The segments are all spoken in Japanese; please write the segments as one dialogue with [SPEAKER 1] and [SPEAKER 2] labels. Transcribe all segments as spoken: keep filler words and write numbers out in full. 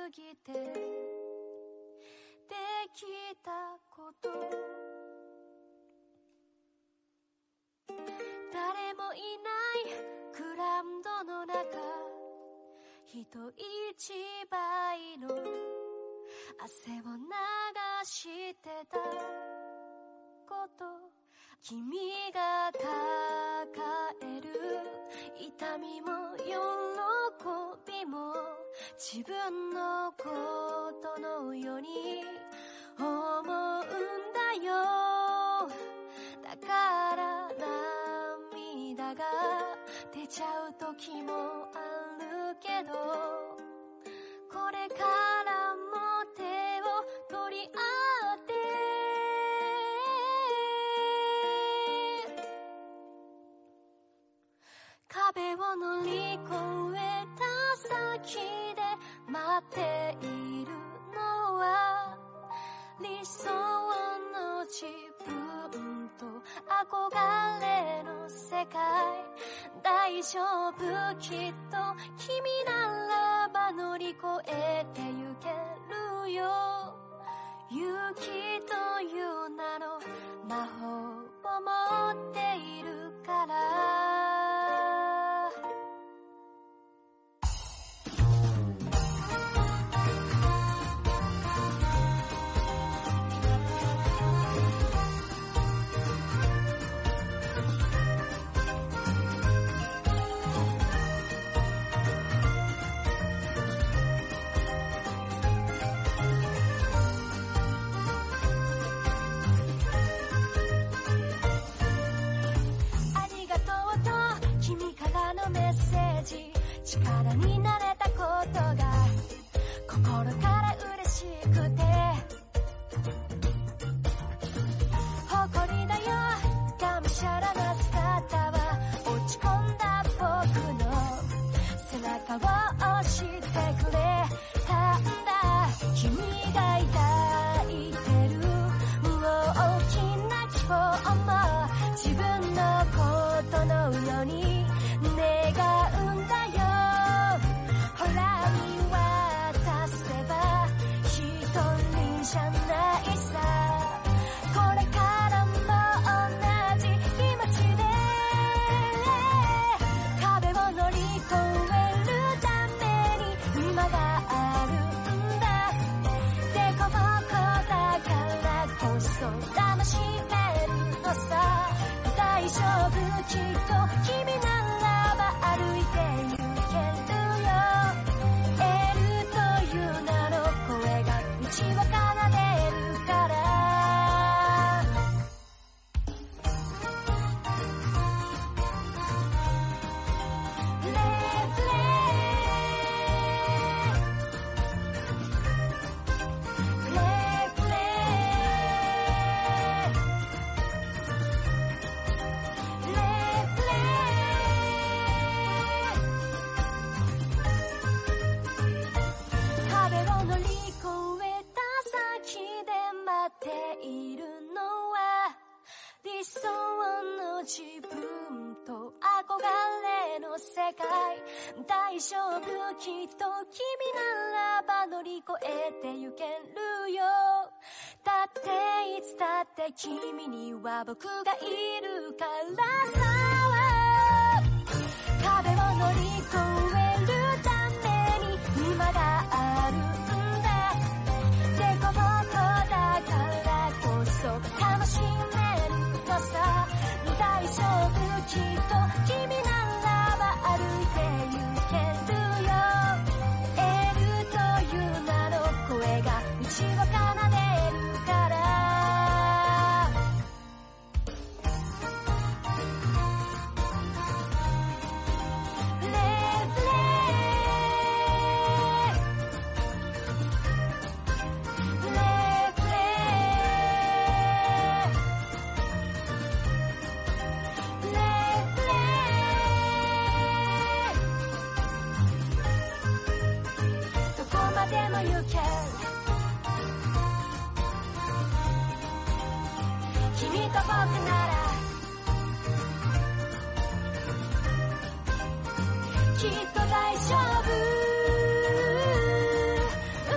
[SPEAKER 1] ぎてできたこと誰もいないグラウンドの中人一倍の汗を流してたこと君が抱える痛みも喜びも自分のことのように思うんだよだから涙が出ちゃう時もあるけどこれからも手を取り合って壁を乗り越えた先で待っているのは理想の自分と憧れの世界大丈夫きっと君ならば乗り越えてゆけるよ勇気という名の魔法を持っているから力になれたことが心から嬉しくて誇りだよがむしゃらな姿は落ち込んだ僕の背中を押してくれたんだ君が抱いてる大きな希望も自分のことのように願うんだよほら見渡せば一人じゃないさこれからも同じ気持ちで壁を乗り越えるために今があるんだでこぼこだからこそ楽しめるのさ大丈夫きっと君ならば歩いてゆけるよエルという名の声が道を奏でるからレプレイレプレイレプレイ壁を乗り越えた先で待っているのは理想の自分と憧れの世界大丈夫きっと君ならば乗り越えてゆけるよだっていつだって君には僕がいるからさ壁を乗り越えるために今があるんだでこぼこだからこそ楽しめるのさ大丈夫きっと君ならば歩いてゆけるよエルという名の声が道を奏でるからレプレイレプレイレプレイどこまでも行ける君と僕ならきっと大丈夫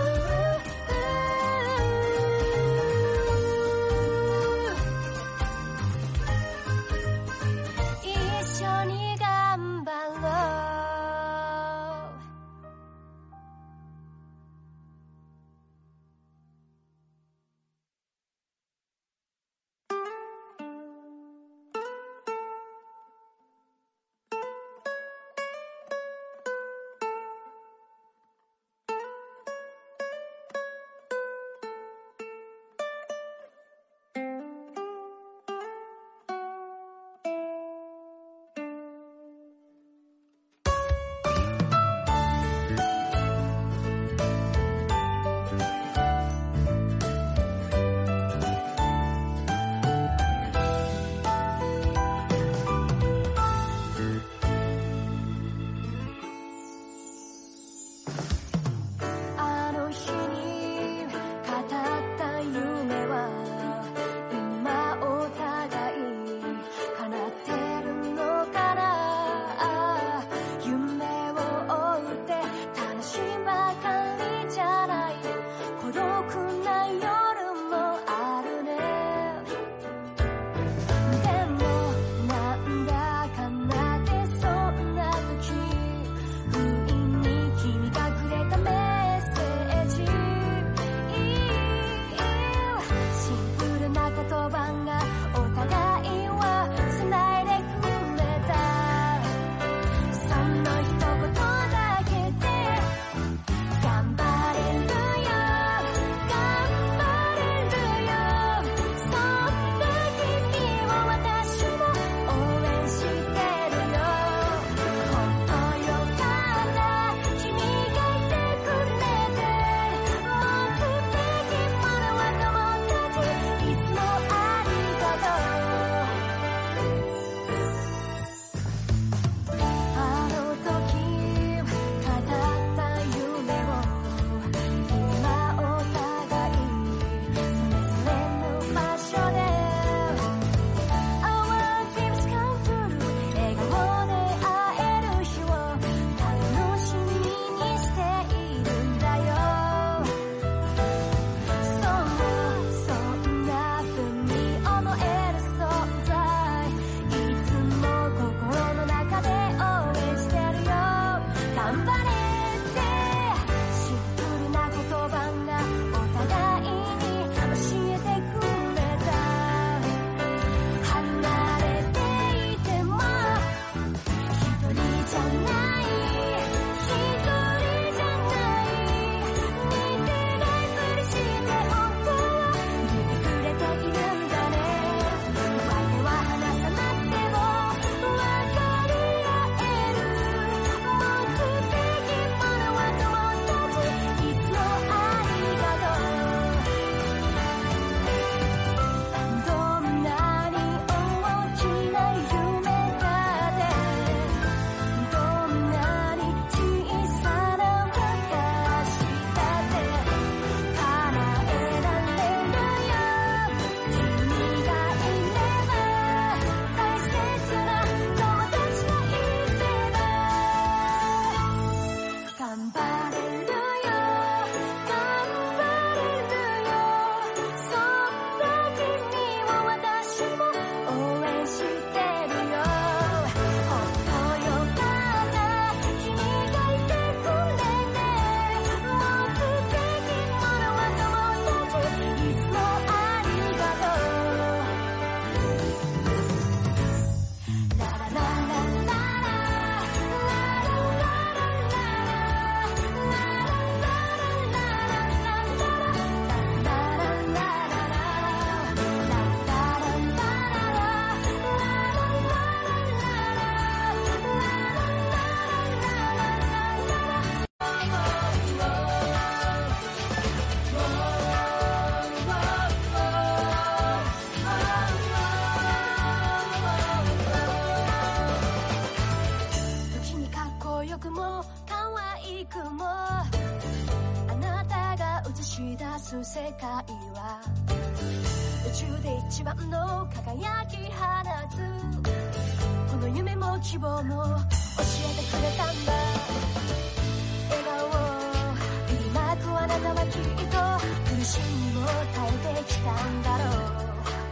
[SPEAKER 1] す世界は宇宙で一番の輝き放つこの夢も希望も教えてくれたんだ笑顔を振りまくあなたはきっと苦しみも耐えてきたんだろう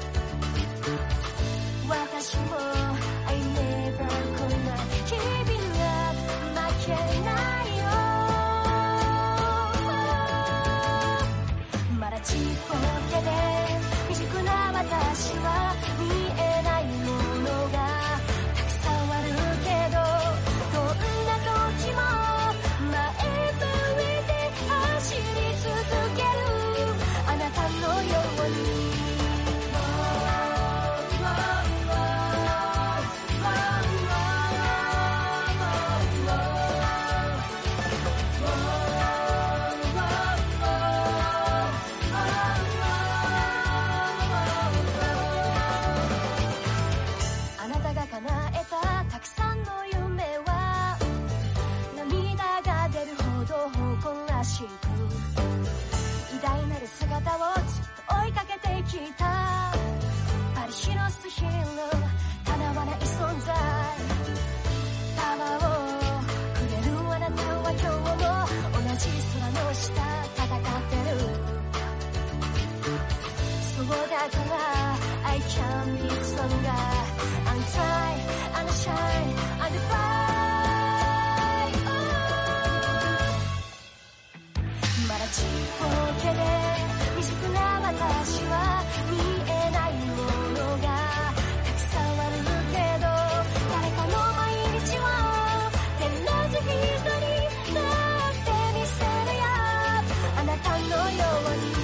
[SPEAKER 1] 私も I never gonna give you up 負けないよまだちっぽけで未熟な私は見えないものがたくさんあるけどどんな時も前向いて走り続けるあなたのように偉大なる姿をずっと追いかけてきたパリシロスヒーロー叶わない存在パワーをくれるあなたは今日も同じ空の下戦ってるそうだから I can be stronger I'm trying and shine and fight まだちっぽけで未熟な私は見えないものがたくさんあるけど誰かの毎日を照らず一人なってみせるよあなたのように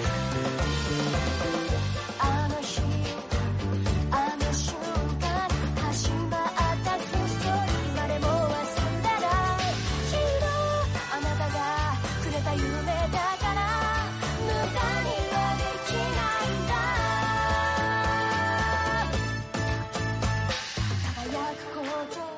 [SPEAKER 1] あの日あの瞬間始まったストーリーまでも忘れないけどあなたがくれた夢だから無駄にはできないんだ輝くこと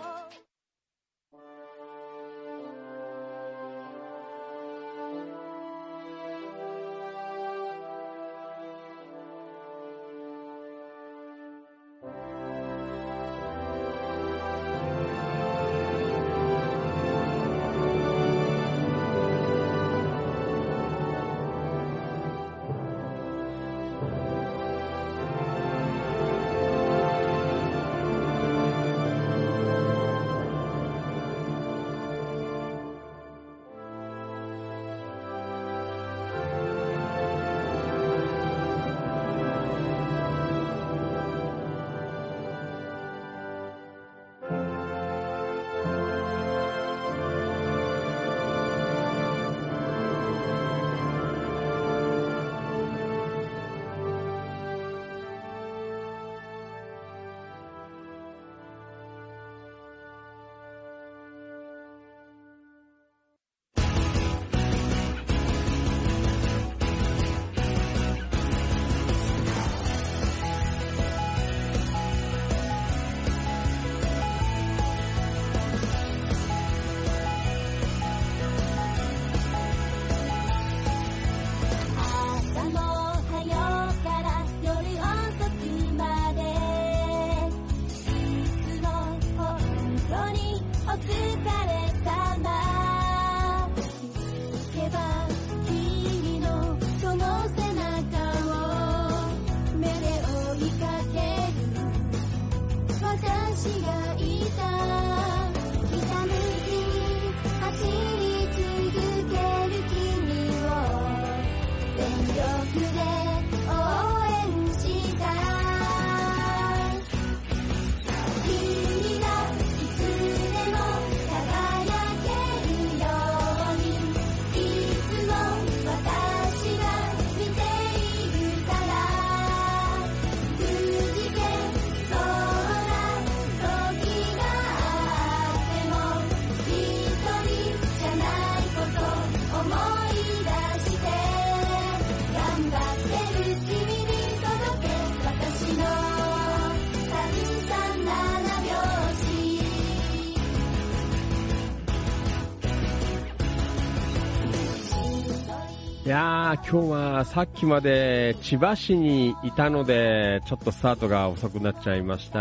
[SPEAKER 2] いやー、今日はさっきまで千葉市にいたので、ちょっとスタートが遅くなっちゃいました。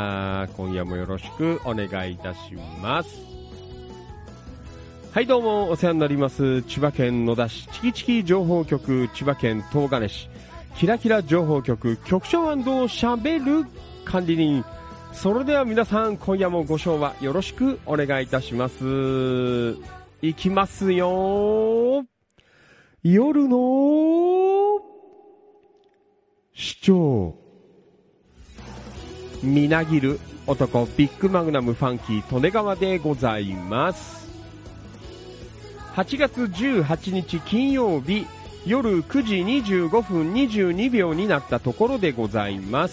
[SPEAKER 2] 今夜もよろしくお願いいたします。はいどうもお世話になります。千葉県野田市チキチキ情報局、千葉県東金市キラキラ情報局局長&しゃべる管理人。それでは皆さん、今夜もご唱和よろしくお願いいたします。いきますよ。夜の市長、みなぎる男ビッグマグナムファンキー利根川でございます。はちがつじゅうはちにち金曜日、夜くじにじゅうごふんにじゅうにびょうになったところでございます。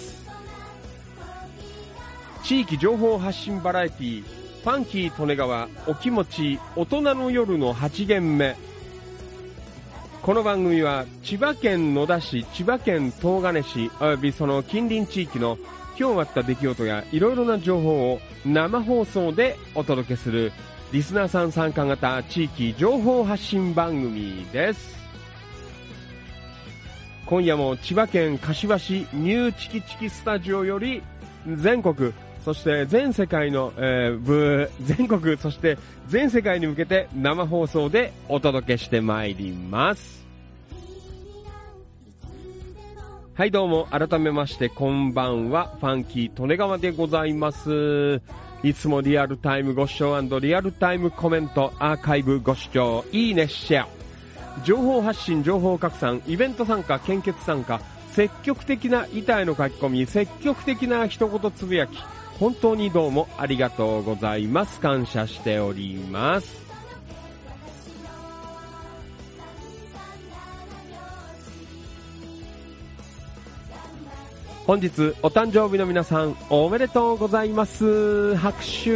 [SPEAKER 2] 地域情報発信バラエティファンキー利根川お気持ち大人の夜のはち限目。この番組は千葉県野田市、千葉県東金市およびその近隣地域の今日あった出来事やいろいろな情報を生放送でお届けするリスナーさん参加型地域情報発信番組です。今夜も千葉県柏市ニューチキチキスタジオより全国そして全世界の、えー、ブ全国そして全世界に向けて生放送でお届けしてまいります。はいどうも改めましてこんばんは、ファンキー利根川でございます。いつもリアルタイムご視聴&リアルタイムコメントアーカイブご視聴いいねシェア、情報発信情報拡散イベント参加献血参加、積極的な板への書き込み、積極的な一言つぶやき、本当にどうもありがとうございます。感謝しております。本日お誕生日の皆さんおめでとうございます。拍手。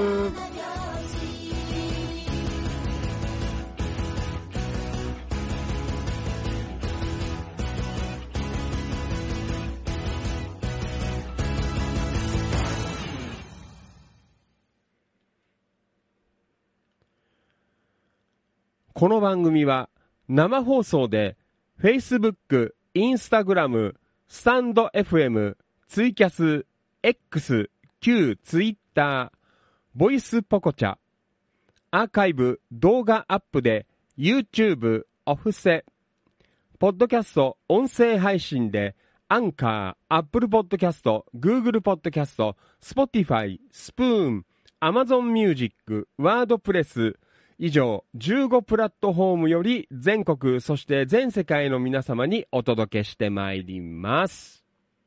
[SPEAKER 2] この番組は生放送で Facebook、Instagram、スタンド エフエム、ツイキャス、X、旧 Twitter、ボイスポコチャ、アーカイブ、動画アップで YouTube、オフセ、ポッドキャスト、音声配信でアンカー、Apple Podcast、Google Podcast、Spotify、スプーン、Amazon Music、ワードプレス、以上じゅうごプラットフォームより全国そして全世界の皆様にお届けしてまいります。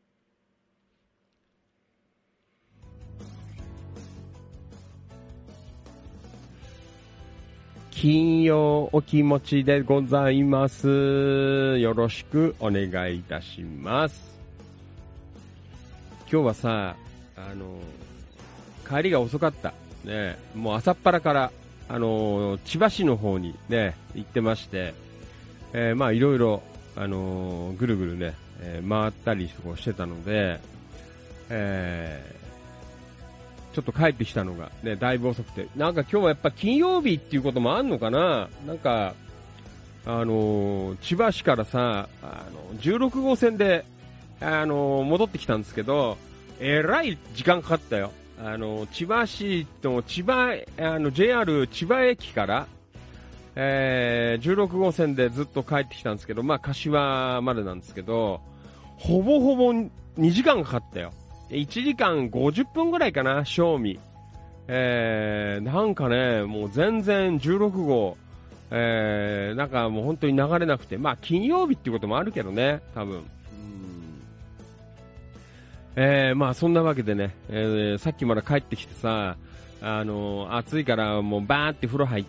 [SPEAKER 2] 金曜お気持ちでございます。よろしくお願いいたします。今日はさ、あの帰りが遅かったね。もう朝っぱらからあのー、千葉市の方にね行ってまして、えー、まあいろいろあのー、ぐるぐるね、えー、回ったりしてたので、えー、ちょっと帰ってきたのがねだいぶ遅くて、なんか今日はやっぱ金曜日っていうこともあんのかな。なんかあのー、千葉市からさあのじゅうろくごうせんであのー、戻ってきたんですけど、えらい時間かかったよ。あの千葉市と千葉あの ジェイアール 千葉駅から、えー、じゅうろくごうせんでずっと帰ってきたんですけど、まあ柏までなんですけど、ほぼほぼにじかんかかったよ。いちじかんごじゅっぷんぐらいかな、正味。えー、なんかね、もう全然じゅうろくごう、えー、なんかもう本当に流れなくて、まあ金曜日っていうこともあるけどね、多分。えー、まあそんなわけでね、えー、さっきまで帰ってきてさ、あのー、暑いからもうバーって風呂入って、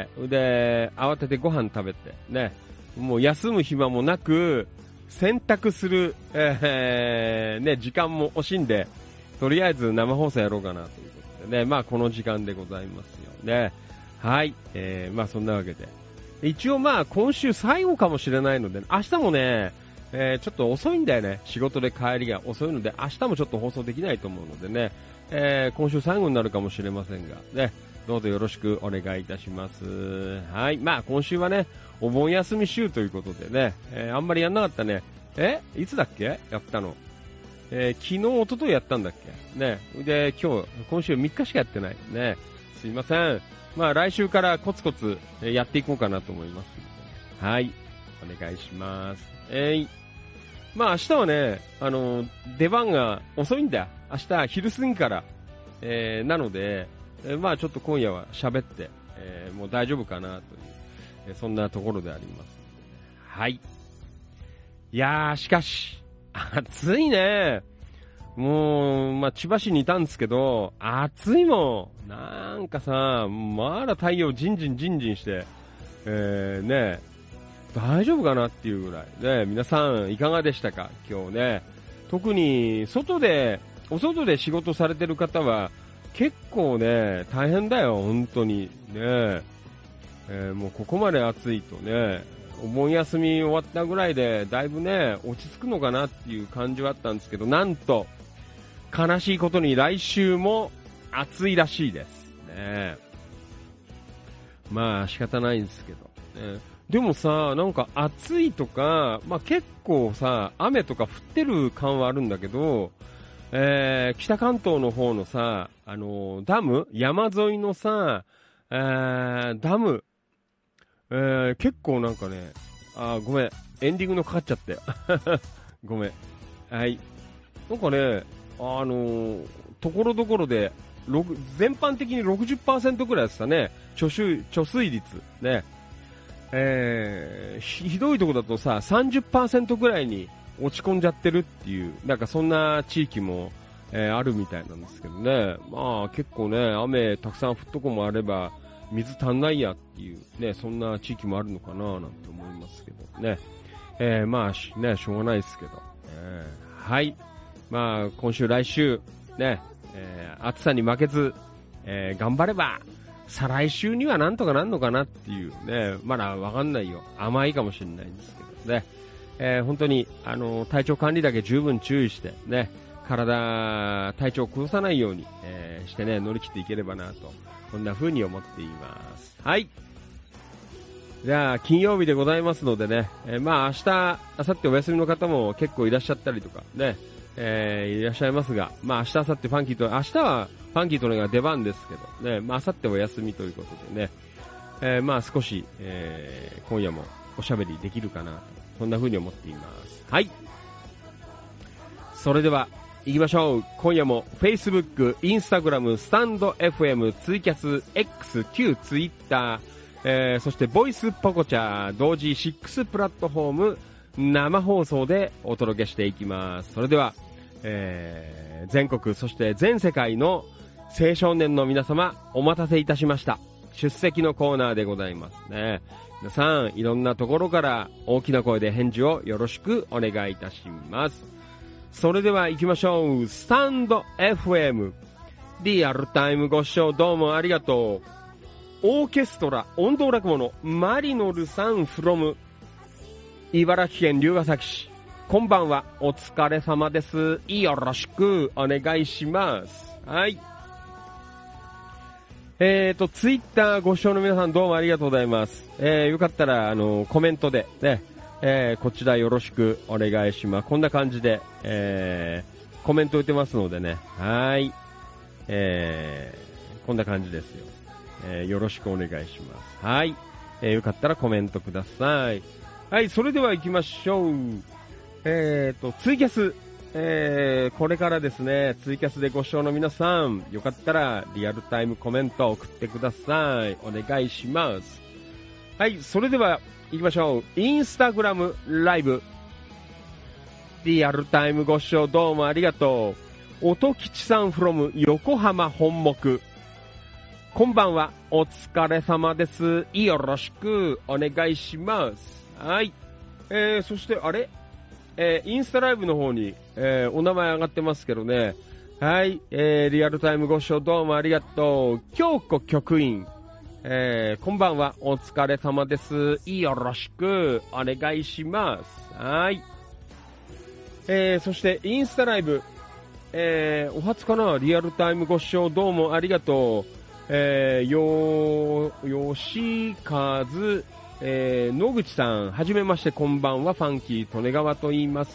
[SPEAKER 2] で、慌ててご飯食べて、ね、もう休む暇もなく、洗濯する、えー、ね、時間も惜しんで、とりあえず生放送やろうかなということでね、まあこの時間でございますよね。はい、えー、まあそんなわけで。一応まあ今週最後かもしれないので、明日もね、えー、ちょっと遅いんだよね。仕事で帰りが遅いので、明日もちょっと放送できないと思うのでね、えー、今週最後になるかもしれませんが、ね、どうぞよろしくお願いいたします。はい。まあ、今週はね、 お盆休み週ということでね、えー、あんまりやんなかったね。えいつだっけやったの。えー、昨日、一昨日やったんだっけね。で、今日、今週みっかしかやってない。ね。すいません。まあ来週からコツコツやっていこうかなと思います。はい。お願いします。えー、まあ明日はね、あのー、出番が遅いんだ。明日昼過ぎから。えー、なので、えー、まあちょっと今夜は喋って、えー、もう大丈夫かなという、えー、そんなところであります。はい。いやー、しかし、暑いね。もう、まあ、千葉市にいたんですけど、暑いもん。なんかさ、まだ太陽じんじんじんじんして、えー、ね、大丈夫かなっていうぐらい。ね、皆さんいかがでしたか今日ね。特に、外で、お外で仕事されてる方は、結構ね、大変だよ、本当に。ね、えー、もうここまで暑いとね、お盆休み終わったぐらいでだいぶね落ち着くのかなっていう感じはあったんですけど、なんと悲しいことに来週も暑いらしいですね。まあ仕方ないんですけど、ね、でもさ、なんか暑いとか、まあ、結構さ雨とか降ってる感はあるんだけど、えー、北関東の方のさ、あのー、ダム山沿いのさ、えー、ダムえー、結構なんかね、あ、ごめん、エンディングのかかっちゃったよ。ごめん。はい。なんかね、あのー、ところどころで、全般的に ろくじゅっパーセント くらいでしたね。貯水、貯水率。ね。えー、ひどいとこだとさ、さんじゅっパーセント くらいに落ち込んじゃってるっていう、なんかそんな地域も、えー、あるみたいなんですけどね。まあ結構ね、雨たくさん降っとこもあれば、水足んないやっていうね、そんな地域もあるのかななんて思いますけどね。えー、まあね、しょうがないですけど。えー、はい。まあ今週来週、ね、えー、暑さに負けず、えー、頑張れば、再来週にはなんとかなんのかなっていうね、まだわかんないよ。甘いかもしれないんですけどね。えー、本当に、あのー、体調管理だけ十分注意して、ね、体、体調を崩さないように、えー、してね、乗り切っていければなと。こんな風に思っています。はい。じゃあ、金曜日でございますのでね、えー、まあ明日、明後日お休みの方も結構いらっしゃったりとかね、えー、いらっしゃいますが、まあ明日、明後日ファンキーと、明日はファンキーとのが出番ですけど、ね、まあ明後日お休みということでね、えー、まあ少し、えー、今夜もおしゃべりできるかなと、そんな風に思っています。はい。それでは、行きましょう。今夜も Facebook、Instagram、スタンド エフエム、ツイキャス、X、旧 Twitter、えー、そしてボイスポコチャ同時ろくプラットフォーム生放送でお届けしていきます。それでは、えー、全国そして全世界の青少年の皆様お待たせいたしました。出席のコーナーでございますね。皆さんいろんなところから大きな声で返事をよろしくお願いいたします。それでは行きましょう。スタンド エフエム リアルタイムご視聴どうもありがとう。オーケストラ音頭落語のマリノルさん from 茨城県龍ケ崎市、こんばんは、お疲れ様です。よろしくお願いします。はい。えーとツイッターご視聴の皆さんどうもありがとうございます。えー、よかったらあのコメントでね、えー、こちらよろしくお願いします。こんな感じで、えー、コメント打てますのでね。はい。えー、こんな感じですよ。えー、よろしくお願いします。はい。えー、よかったらコメントください。はい、それでは行きましょう。えーと、ツイキャス。えー、これからですね、ツイキャスでご視聴の皆さん、よかったらリアルタイムコメントを送ってください。お願いします。はい、それでは行きましょう。インスタグラムライブ。リアルタイムご視聴どうもありがとう。音吉さん from 横浜本木。こんばんは、お疲れ様です。よろしくお願いします。はい。えー、そしてあれえー、インスタライブの方に、えー、お名前上がってますけどね。はい。えー、リアルタイムご視聴どうもありがとう。京子局員。えー、こんばんは、お疲れ様です。よろしくお願いします。はい。えー、そしてインスタライブ、えー、お初かな、リアルタイムご視聴どうもありがとう。えー、よ、よしかずえー、野口さん、はじめまして、こんばんは、ファンキー利根川と言います。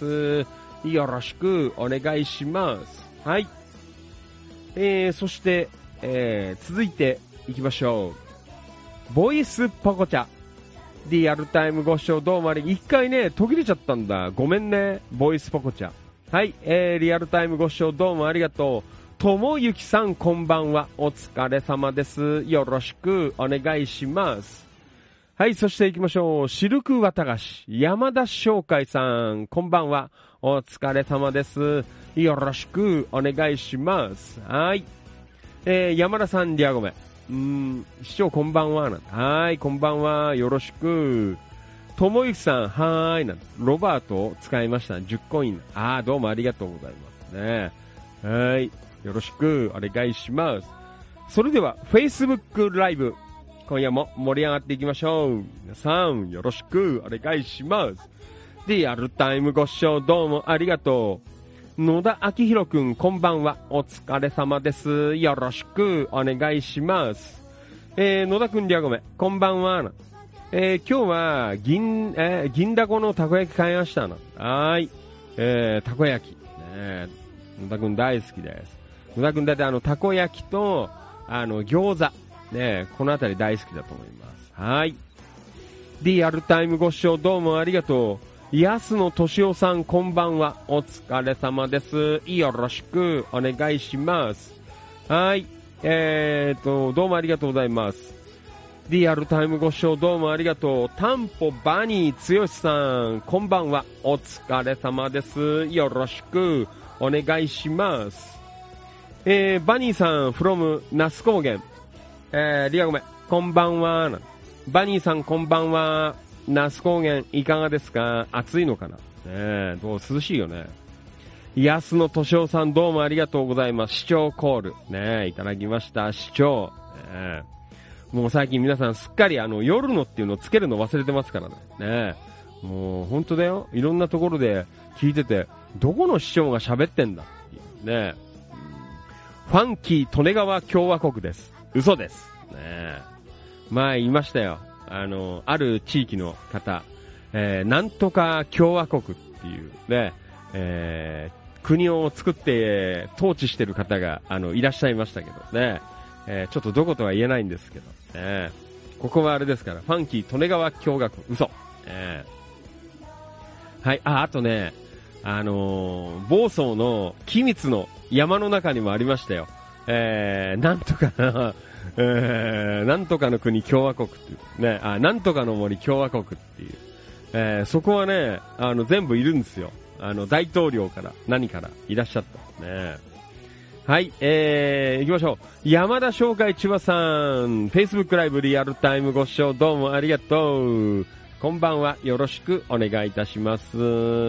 [SPEAKER 2] よろしくお願いします。はい。えー、そして、えー、続いていきましょう。ボイスポコチャ。リアルタイムご視聴どうもあり、一回ね、途切れちゃったんだ。ごめんね、ボイスポコチャ。はい、えー、リアルタイムご視聴どうもありがとう。ともゆきさん、こんばんは。お疲れ様です。よろしくお願いします。はい、そして行きましょう。シルク綿菓子、山田商会さん、こんばんは。お疲れ様です。よろしくお願いします。はい。えー、山田さん、リアゴメ。うーん、市長こんばんは。はい、こんばんは。よろしく。ともゆきさん、はーい。ロバートを使いました。じゅっコイン。あー、どうもありがとうございますね。はい。よろしくお願いします。それでは、Facebook ライブ。今夜も盛り上がっていきましょう。皆さん、よろしくお願いします。リアルタイムご視聴どうもありがとう。野田明宏くん、こんばんは。お疲れ様です。よろしくお願いします。えー、野田くん、りゃごめ。こんばんは。えー、今日は、銀、えー、銀だこのたこ焼き買いましたな。はーい。えー、たこ焼き。ね、野田くん大好きです。野田くんだってあの、たこ焼きと、あの、餃子。ね、このあたり大好きだと思います。はい。リアルタイムご視聴どうもありがとう。安野俊夫さんこんばんは。お疲れ様です。よろしくお願いします。はい。えーと、どうもありがとうございます。リアルタイムご視聴どうもありがとう。タンポバニー剛さんこんばんは。お疲れ様です。よろしくお願いします。えー、バニーさん from 那須高原。えー、リアごめん、こんばんは。バニーさんこんばんは。那須高原いかがですか？暑いのかな？ねえ、どう涼しいよね。安野敏夫さんどうもありがとうございます。視聴コール。ねえ、いただきました。視聴。ねえ、もう最近皆さんすっかりあの夜のっていうのをつけるの忘れてますからね。ねえ、もう本当だよ。いろんなところで聞いてて、どこの市長が喋ってんだっていうね。ファンキー利根川共和国です。嘘です。ねえ。前言いましたよ。あの、ある地域の方、えー、なんとか共和国っていうね、えー、国を作って統治してる方が、あの、いらっしゃいましたけどね。えー、ちょっとどことは言えないんですけど、ね。ここはあれですから、ファンキー利根川共和国、嘘。えー、はい、あ、あとね、あのー、房総の君津の山の中にもありましたよ。えー、なんとかな、えー、なんとかの国共和国っていうね、あ、なんとかの森共和国っていう、えー、そこはね、あの全部いるんですよ。あの大統領から何からいらっしゃったね。はい、えー、行きましょう。山田商会千葉さん、Facebook ライブリアルタイムご視聴どうもありがとう。こんばんは、よろしくお願いいたします。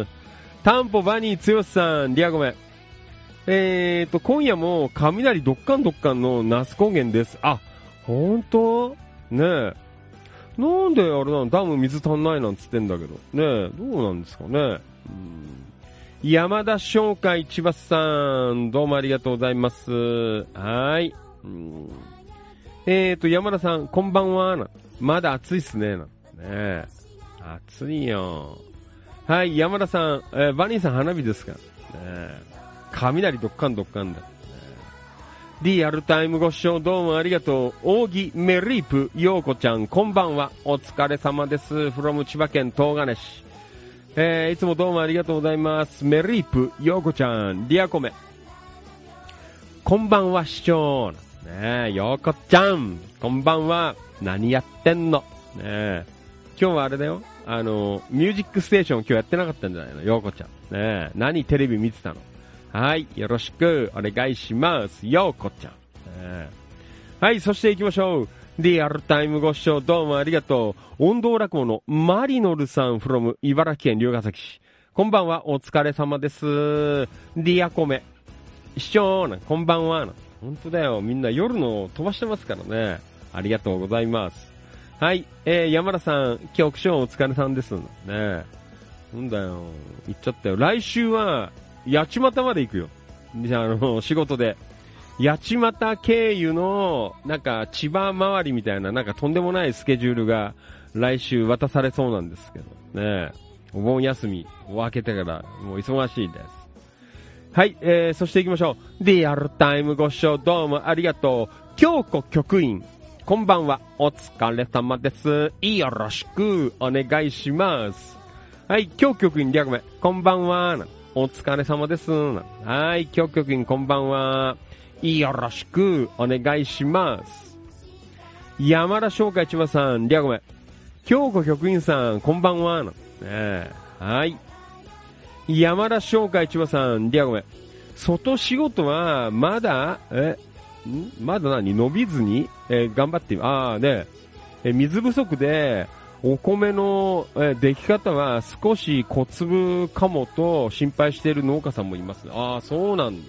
[SPEAKER 2] タンポバニー剛さん、リアごめん。えーと、今夜も雷どっかんどっかんの那須高原です。あ、ほんと？ねえ。なんであれなの、ダム水足んないなんつってんだけど。ねえ、どうなんですかね。うん、山田商会千葉さん、どうもありがとうございます。はい。うん、えーと、山田さん、こんばんは。まだ暑いっすね。ねえ。暑いよ。はい、山田さん、えー、バニーさん花火ですか？ねえ。雷どっかんどっかんだ。リアルタイムご視聴どうもありがとう。扇メリープようこちゃんこんばんは。お疲れ様です。from 千葉県東金市。えー、いつもどうもありがとうございます。メリープようこちゃん、リアコメ。こんばんは視聴。ねえ、ようこちゃん。こんばんは。何やってんの？ねえ。今日はあれだよ。あの、ミュージックステーション今日やってなかったんじゃないの？ようこちゃん。ねえ。何テレビ見てたの？はい、よろしくお願いします。ようこちゃん。えー、はい、そして行きましょう。リアルタイムご視聴どうもありがとう。音頭落語のマリノルさん from 茨城県龍ケ崎市。こんばんは、お疲れ様です。リアコメ。視聴な、こんばんはな。本当だよ、みんな夜の飛ばしてますからね。ありがとうございます。はい、えー、山田さん、局長お疲れさんです。ね。なんだよ、言っちゃったよ。来週は、八街まで行くよ。じゃあ、あの、仕事で。八街経由の、なんか、千葉周りみたいな、なんかとんでもないスケジュールが、 来週渡されそうなんですけどね。お盆休みを明けてからもう忙しいです。はい、えー、そして行きましょう。リアルタイムご視聴どうもありがとう。京子局員、こんばんは。お疲れ様です。よろしくお願いします。はい、京局員略名、こんばんは。お疲れ様です。はい、京局員こんばんは。よろしくお願いします。山田商会千葉さん、略名、京子局員さん、こんばんは。ね、はい。山田商会千葉さん、略名、外仕事はまだ、え、んまだ何伸びずに、えー、頑張って、ああね、えー、水不足で、お米の、えー、出来方は少し小粒かもと心配している農家さんもいます。ああ、そうなんだ。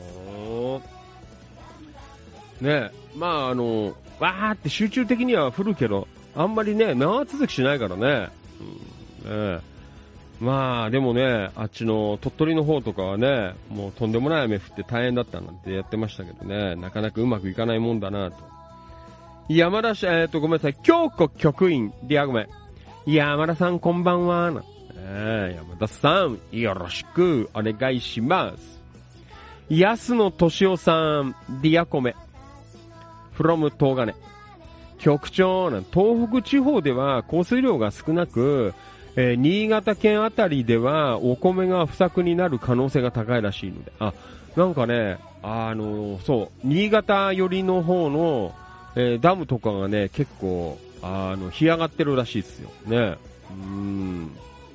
[SPEAKER 2] ね、まああの、わーって集中的には降るけど、あんまりね、長続きしないからね。うんね、まあでもね、あっちの鳥取の方とかはね、もうとんでもない雨降って大変だったなんてやってましたけどね、なかなかうまくいかないもんだなと。山田氏、えーと、ごめんなさい、京子局員、リアグメ。山田さんこんばんは。えー、山田さん、よろしくお願いします。安野敏夫さん、ディアコメ。from 東金。局長、東北地方では降水量が少なく、えー、新潟県あたりではお米が不作になる可能性が高いらしいので、あ、なんかね、あのー、そう、新潟寄りの方の、えー、ダムとかがね、結構、あの、干上がってるらしいですよ。ね。うーん。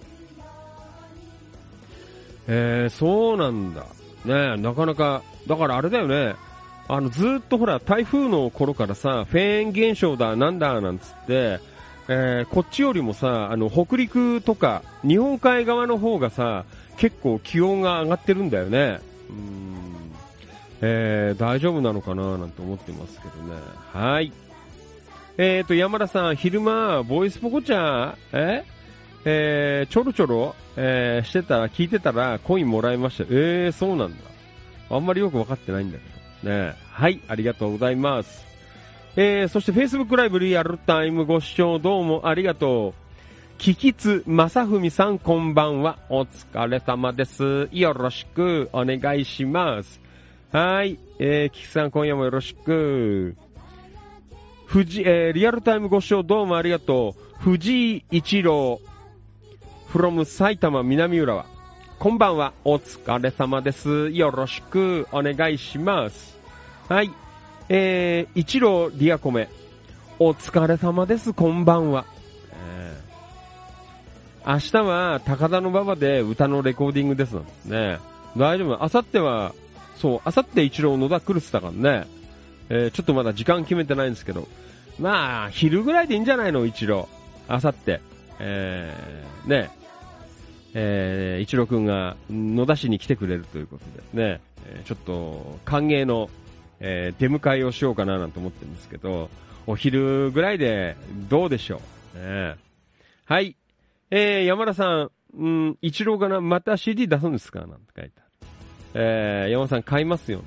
[SPEAKER 2] えー、そうなんだ。ね、なかなか、だからあれだよね。あの、ずーっとほら、台風の頃からさ、フェーン現象だ、なんだ、なんつって、えー、こっちよりもさ、あの、北陸とか、日本海側の方がさ、結構気温が上がってるんだよね。うーん。えー、大丈夫なのかななんて思ってますけどね。はい。えーと、山田さん、昼間、ボイスポコちゃん、ええー、ちょろちょろ、えー、してたら、聞いてたら、コインもらいました。えー、そうなんだ。あんまりよくわかってないんだけど。ね。はい、ありがとうございます。えー、そして Facebook ライブリアルタイムご視聴どうもありがとう。キキツまさふみさん、こんばんは。お疲れ様です。よろしくお願いします。はい。えー、キキさん、今夜もよろしく。藤、えー、リアルタイムご視聴どうもありがとう。藤井一郎、from 埼玉南浦和。こんばんは。お疲れ様です。よろしくお願いします。はい。えー、一郎リアコメ。お疲れ様です。こんばんは。えー、明日は高田の馬場で歌のレコーディングですね。大丈夫。明後日は、そう、明後日一郎野田来るって言ったからね。えー、ちょっとまだ時間決めてないんですけど。まあ、昼ぐらいでいいんじゃないの一郎。明後日。えー、ね。えー、一郎くんが野田市に来てくれるということでね。えー、ちょっと、歓迎の、えー、出迎えをしようかななんて思ってるんですけど、お昼ぐらいでどうでしょう。ね、はい。えー、山田さん、うん、一郎かな、また シーディー 出すんですかなんて書いてある。えー、山田さん買いますよ。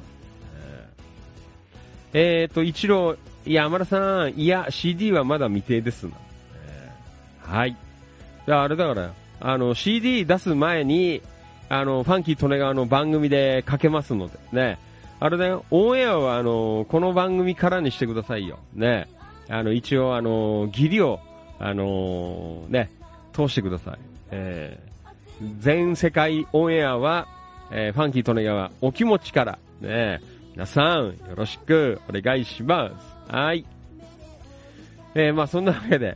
[SPEAKER 2] えー、えーと、一郎、いや、山田さん、いや、シーディー はまだ未定ですな。えー、はい。いや、あれだから、あの、シーディー 出す前に、あの、ファンキー利根川の番組でかけますので、ね。あれだよ、オンエアは、あの、この番組からにしてくださいよ。ね。あの、一応、あの、義理を、あの、ね、通してください。えー、全世界オンエアは、えー、ファンキー利根川、お気持ちから、ね。皆さん、よろしくお願いします。はい。えー、まあ、そんなわけで。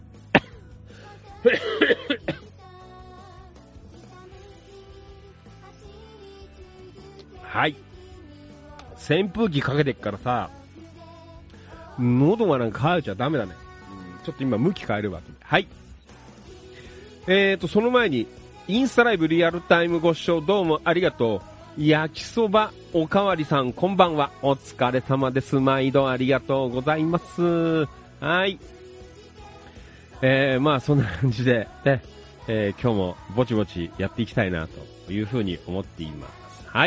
[SPEAKER 2] はい。扇風機かけてっからさ、喉がなんか乾いちゃダメだね。うん、ちょっと今向き変えるわ。はい。えーと、その前に、インスタライブリアルタイムご視聴どうもありがとう。焼きそばおかわりさんこんばんは。お疲れ様です。毎度ありがとうございます。はい。えー、まあそんな感じで、ね、えー、今日もぼちぼちやっていきたいなというふうに思っています。はい。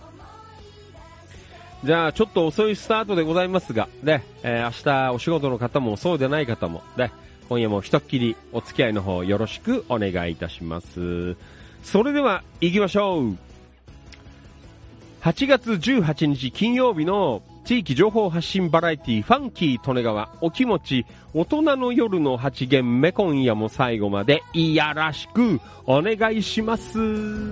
[SPEAKER 2] じゃあちょっと遅いスタートでございますが、ね、えー、明日お仕事の方もそうでない方も、ね、 今夜もひとっきりお付き合いの方よろしくお願いいたします。それでは行きましょう。はちがつじゅうはちにち金曜日の地域情報発信バラエティファンキー利根川お気持ち大人の夜のはち限目、今夜も最後までいやらしくお願いします。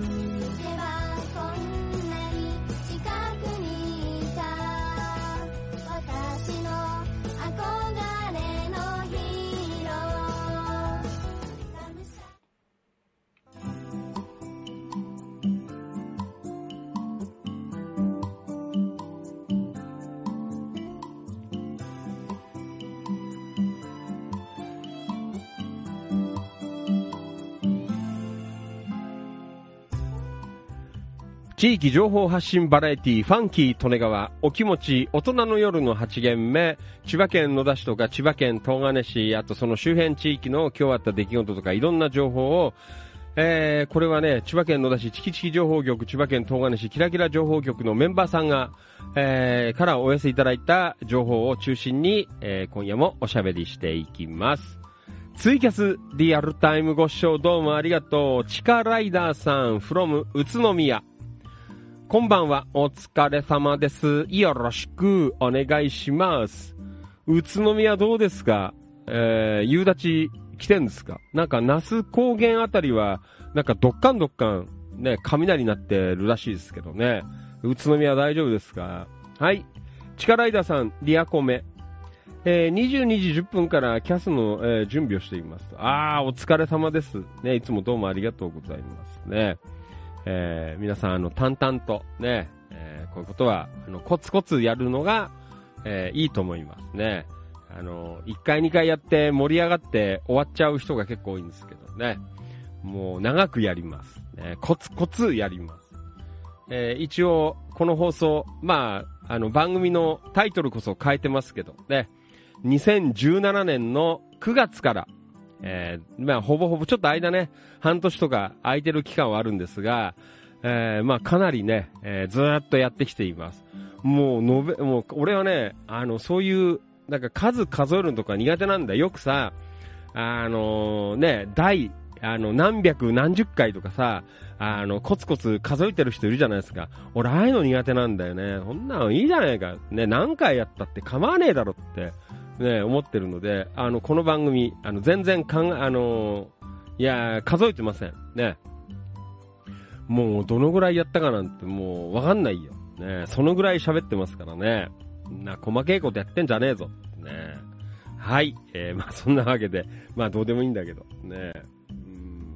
[SPEAKER 2] 地域情報発信バラエティファンキー利根川お気持ち大人の夜のはち限目、千葉県野田市とか千葉県東金市、あとその周辺地域の今日あった出来事とかいろんな情報を、えー、これはね、千葉県野田市チキチキ情報局、千葉県東金市キラキラ情報局のメンバーさんが、えー、からお寄せいただいた情報を中心に、えー、今夜もおしゃべりしていきます。ツイキャスリアルタイムご視聴どうもありがとう。チカライダーさん from 宇都宮、こんばんは、お疲れ様です。よろしくお願いします。宇都宮どうですか？えー、夕立ち来てんですか？なんか、那須高原あたりは、なんかどっかんどっかん、ね、雷になってるらしいですけどね。宇都宮大丈夫ですか？はい。チカライダーさん、リアコメ。えー、にじゅうにじじゅっぷんからキャスの、えー、準備をしています。あー、お疲れ様です。ね、いつもどうもありがとうございますね。えー、皆さん、あの、淡々とね、えー、こういうことは、あの、コツコツやるのが、えー、いいと思いますね。あの、いっかいにかいやって盛り上がって終わっちゃう人が結構多いんですけどね。もう長くやります。ね、コツコツやります。えー、一応、この放送、まあ、あの、番組のタイトルこそ変えてますけどね。にせんじゅうななねんのくがつから、えー、まあ、ほぼほぼちょっと間ね、半年とか空いてる期間はあるんですが、えー、まあ、かなりね、えー、ずーっとやってきています。もう、のべ、もう、俺はね、あの、そういう、なんか数数えるのとか苦手なんだよ。よくさ、あのー、ね、第、あの、何百何十回とかさ、あの、コツコツ数えてる人いるじゃないですか。俺、ああいうの苦手なんだよね。そんなのいいじゃないか。ね、何回やったって構わねえだろって。ね、思ってるので、あの、この番組、あの、全然かん、あのー、いや、数えてません。ね。もう、どのぐらいやったかなんて、もう、わかんないよ。ね。そのぐらい喋ってますからね。な、細けいことやってんじゃねえぞ。ね。はい。えー、まあ、そんなわけで、まあ、どうでもいいんだけど。ね。うん。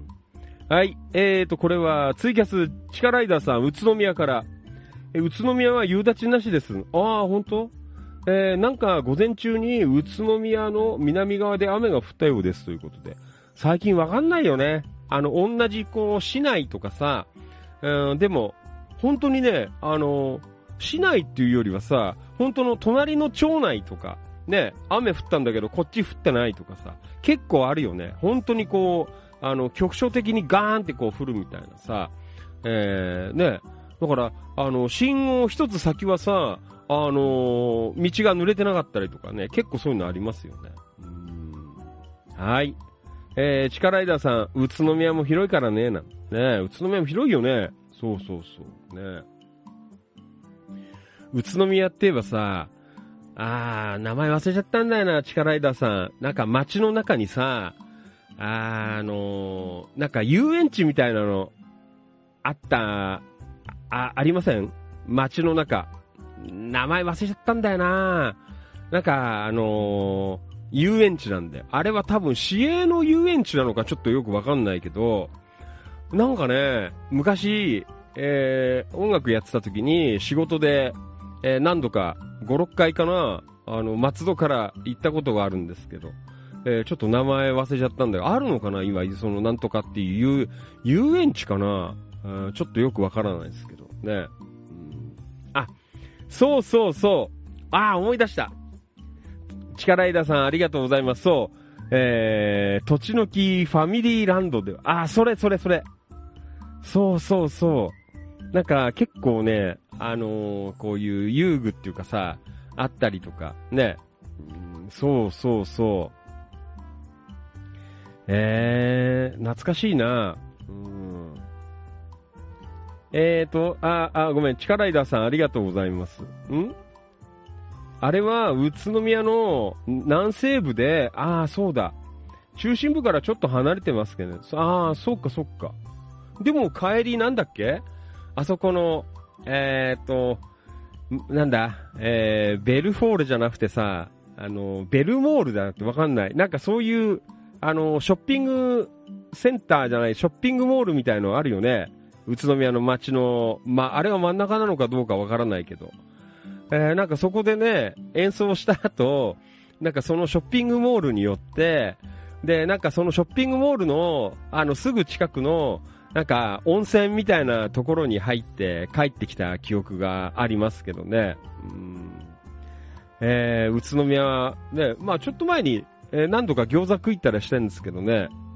[SPEAKER 2] はい。えーと、これは、ツイキャス、チカライダーさん、宇都宮から。え、宇都宮は夕立ちなしです。ああ、ほんと？えー、なんか午前中に宇都宮の南側で雨が降ったようですということで、最近わかんないよね。あの、同じこう、市内とかさ、うん、でも、本当にね、あの、市内っていうよりはさ、本当の隣の町内とか、ね、雨降ったんだけどこっち降ってないとかさ、結構あるよね。本当にこう、あの、局所的にガーンってこう降るみたいなさ、えー、ね、だから、あの、信号一つ先はさ、あのー、道が濡れてなかったりとかね、結構そういうのありますよね。うーん、はい。えー、チカライダーさん、宇都宮も広いからね、なんね、宇都宮も広いよね。そうそうそう。ね。宇都宮って言えばさ、あー、名前忘れちゃったんだよな、チカライダーさん。なんか街の中にさ、あー、あのー、なんか遊園地みたいなの、あった、あ、ありません？街の中。名前忘れちゃったんだよな。なんか、あのー、遊園地なんで。あれは多分市営の遊園地なのかちょっとよくわかんないけど、なんかね、昔、えー、音楽やってた時に仕事で、えー、何度かご、ろっかいかな、あの、松戸から行ったことがあるんですけど、えー、ちょっと名前忘れちゃったんだよ。あるのかな今、そのなんとかっていう遊園地かな、ちょっとよくわからないですけどね。うん、あ、そうそうそう。ああ、思い出した。力枝さんありがとうございます。そう。えー、栃の木ファミリーランドで、ああ、それそれそれ。そうそうそう。なんか結構ね、あのー、こういう遊具っていうかさ、あったりとか、ね。うん、そうそうそう。 えー、懐かしいな。うん。えーと、あ、あ、ごめん、チカライダーさんありがとうございます。んあれは、宇都宮の南西部で、ああ、そうだ。中心部からちょっと離れてますけどね。ああ、そっかそっか。でも帰りなんだっけあそこの、えーと、なんだ、えー、ベルフォールじゃなくてさ、あの、ベルモールだってわかんない。なんかそういう、あの、ショッピングセンターじゃない、ショッピングモールみたいのあるよね。宇都宮の街の、まあ、あれは真ん中なのかどうかわからないけど。えー、なんかそこでね、演奏した後、なんかそのショッピングモールによって、で、なんかそのショッピングモールの、あの、すぐ近くの、なんか温泉みたいなところに入って帰ってきた記憶がありますけどね。うん、えー、宇都宮、ね、まあちょっと前に、えー、何度か餃子食いったりしてるんですけどね。うん、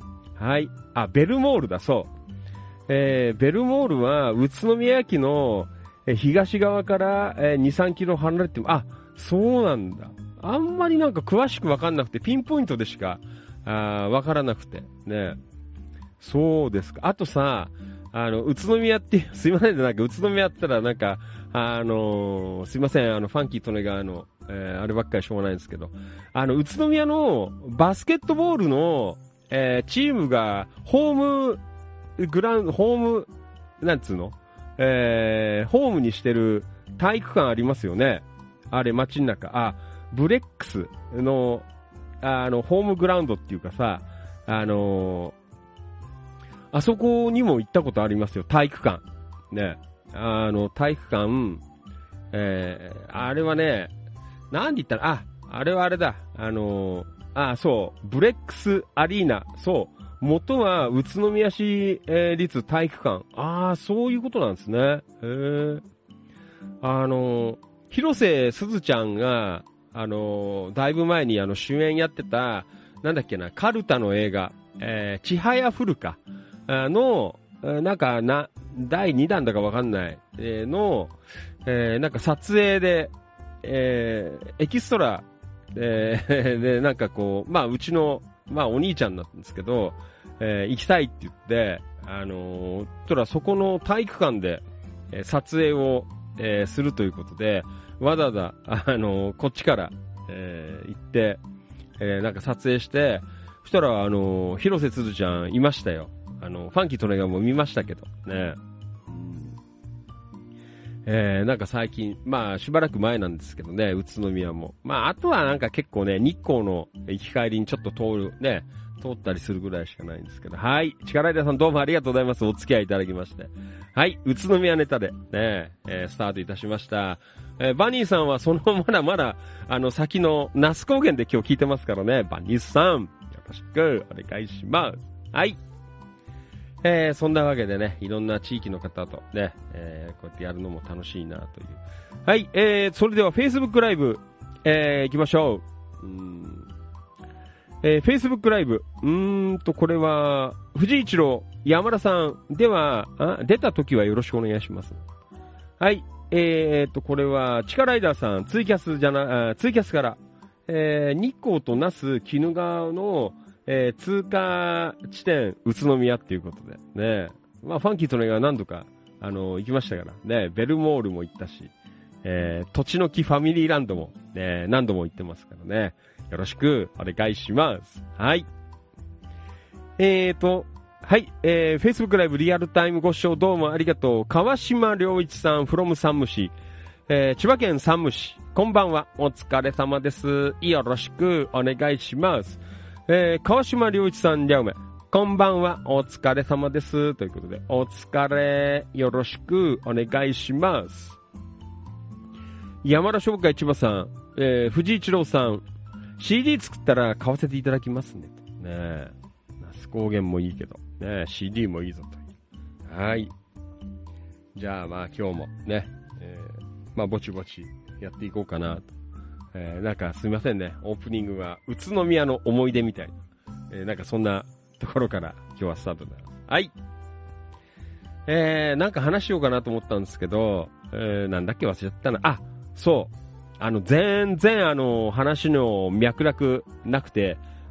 [SPEAKER 2] はい。あ、ベルモールだ、そう。えー、ベルモールは宇都宮駅の、えー、東側から、えー、に、さんキロ離れても、あ、そうなんだ。あんまりなんか詳しくわかんなくて、ピンポイントでしか、あわからなくて、ね。そうですか。あとさ、あの、宇都宮って、すいませんね、なんか宇都宮って言ったらなんか、あのー、すいません、あの、ファンキー利根川の、えー、あればっかりしょうがないんですけど、あの、宇都宮のバスケットボールの、えー、チームが、ホーム、グラウンド、ホーム、なんつうのえー、ホームにしてる体育館ありますよね。あれ、街の中。あ、ブレックスの、あの、ホームグラウンドっていうかさ、あのー、あそこにも行ったことありますよ、体育館。ね。あの、体育館、えー、あれはね、なんで言ったら、あ、あれはあれだ、あのー、あ、そう、ブレックスアリーナ、そう、元は宇都宮市、えー、立体育館。ああ、そういうことなんですね。へえ。あのー、広瀬すずちゃんが、あのー、だいぶ前にあの主演やってた、なんだっけな、カルタの映画、えー、ちはやふるか。の、なんかな、だいにだんだかわかんない、えー、の、えー、なんか撮影で、えー、エキストラ、えー、で、なんかこう、まあ、うちの、まあ、お兄ちゃんなんですけど、えー、行きたいって言って、あのー、とらそこの体育館で、えー、撮影を、えー、するということで、わざわざ、あのー、こっちから、えー、行って、えー、なんか撮影して、そしたら、あのー、広瀬すずちゃんいましたよ。あの、ファンキー利根川も見ましたけど、ね。うん、えー、なんか最近、まあ、しばらく前なんですけどね、宇都宮も。まあ、あとはなんか結構ね、日光の行き帰りにちょっと通る、ね、通ったりするぐらいしかないんですけど。はい。力入さんどうもありがとうございます。お付き合いいただきまして。はい。宇都宮ネタで、ね、えー、スタートいたしました。えー、バニーさんはそのまだまだ、あの、先の那須高原で今日聞いてますからね。バニーさん、よろしくお願いします。はい。えー、そんなわけでね、いろんな地域の方とね、えー、こうやってやるのも楽しいなという。はい、えー、それでは Facebook ライブ、えー、行きましょう。うーん、えー、Facebook ライブ、うーんと、これは、藤井一郎、山田さんでは、あ、出た時はよろしくお願いします。はい、えーと、これは、チカライダーさん、ツイキャスじゃな、あツイキャスから、えー、日光と那須鬼怒川の、えー、通過地点、宇都宮っていうことで、ね。まあ、ファンキーとの映画何度か、あのー、行きましたから、ね。ベルモールも行ったし、えー、土地の木ファミリーランドも、ね、何度も行ってますからね。よろしくお願いします。はい。えーと、はい、えー、Facebook ライブリアルタイムご視聴どうもありがとう。川島良一さん、from 山武市、えー、千葉県山武市、こんばんは。お疲れ様です。よろしくお願いします。えー、川島良一さん、りゃうめ。こんばんは。お疲れ様です。ということで、お疲れ。よろしくお願いします。山田商会千葉さん、えー、藤井一郎さん、シーディー 作ったら買わせていただきますね。ねえ。那須高原もいいけど、ねえ、シーディー もいいぞと。はい。じゃあまあ今日もね、えー、まあぼちぼちやっていこうかなと。えー、なんかすみませんね、オープニングが宇都宮の思い出みたいな、えー、なんかそんなところから今日はスタートになります。はい。えー、なんか話しようかなと思ったんですけど、えー、なんだっけ忘れちゃったな。あ、そう。あの、全然あの、話の脈絡なくて、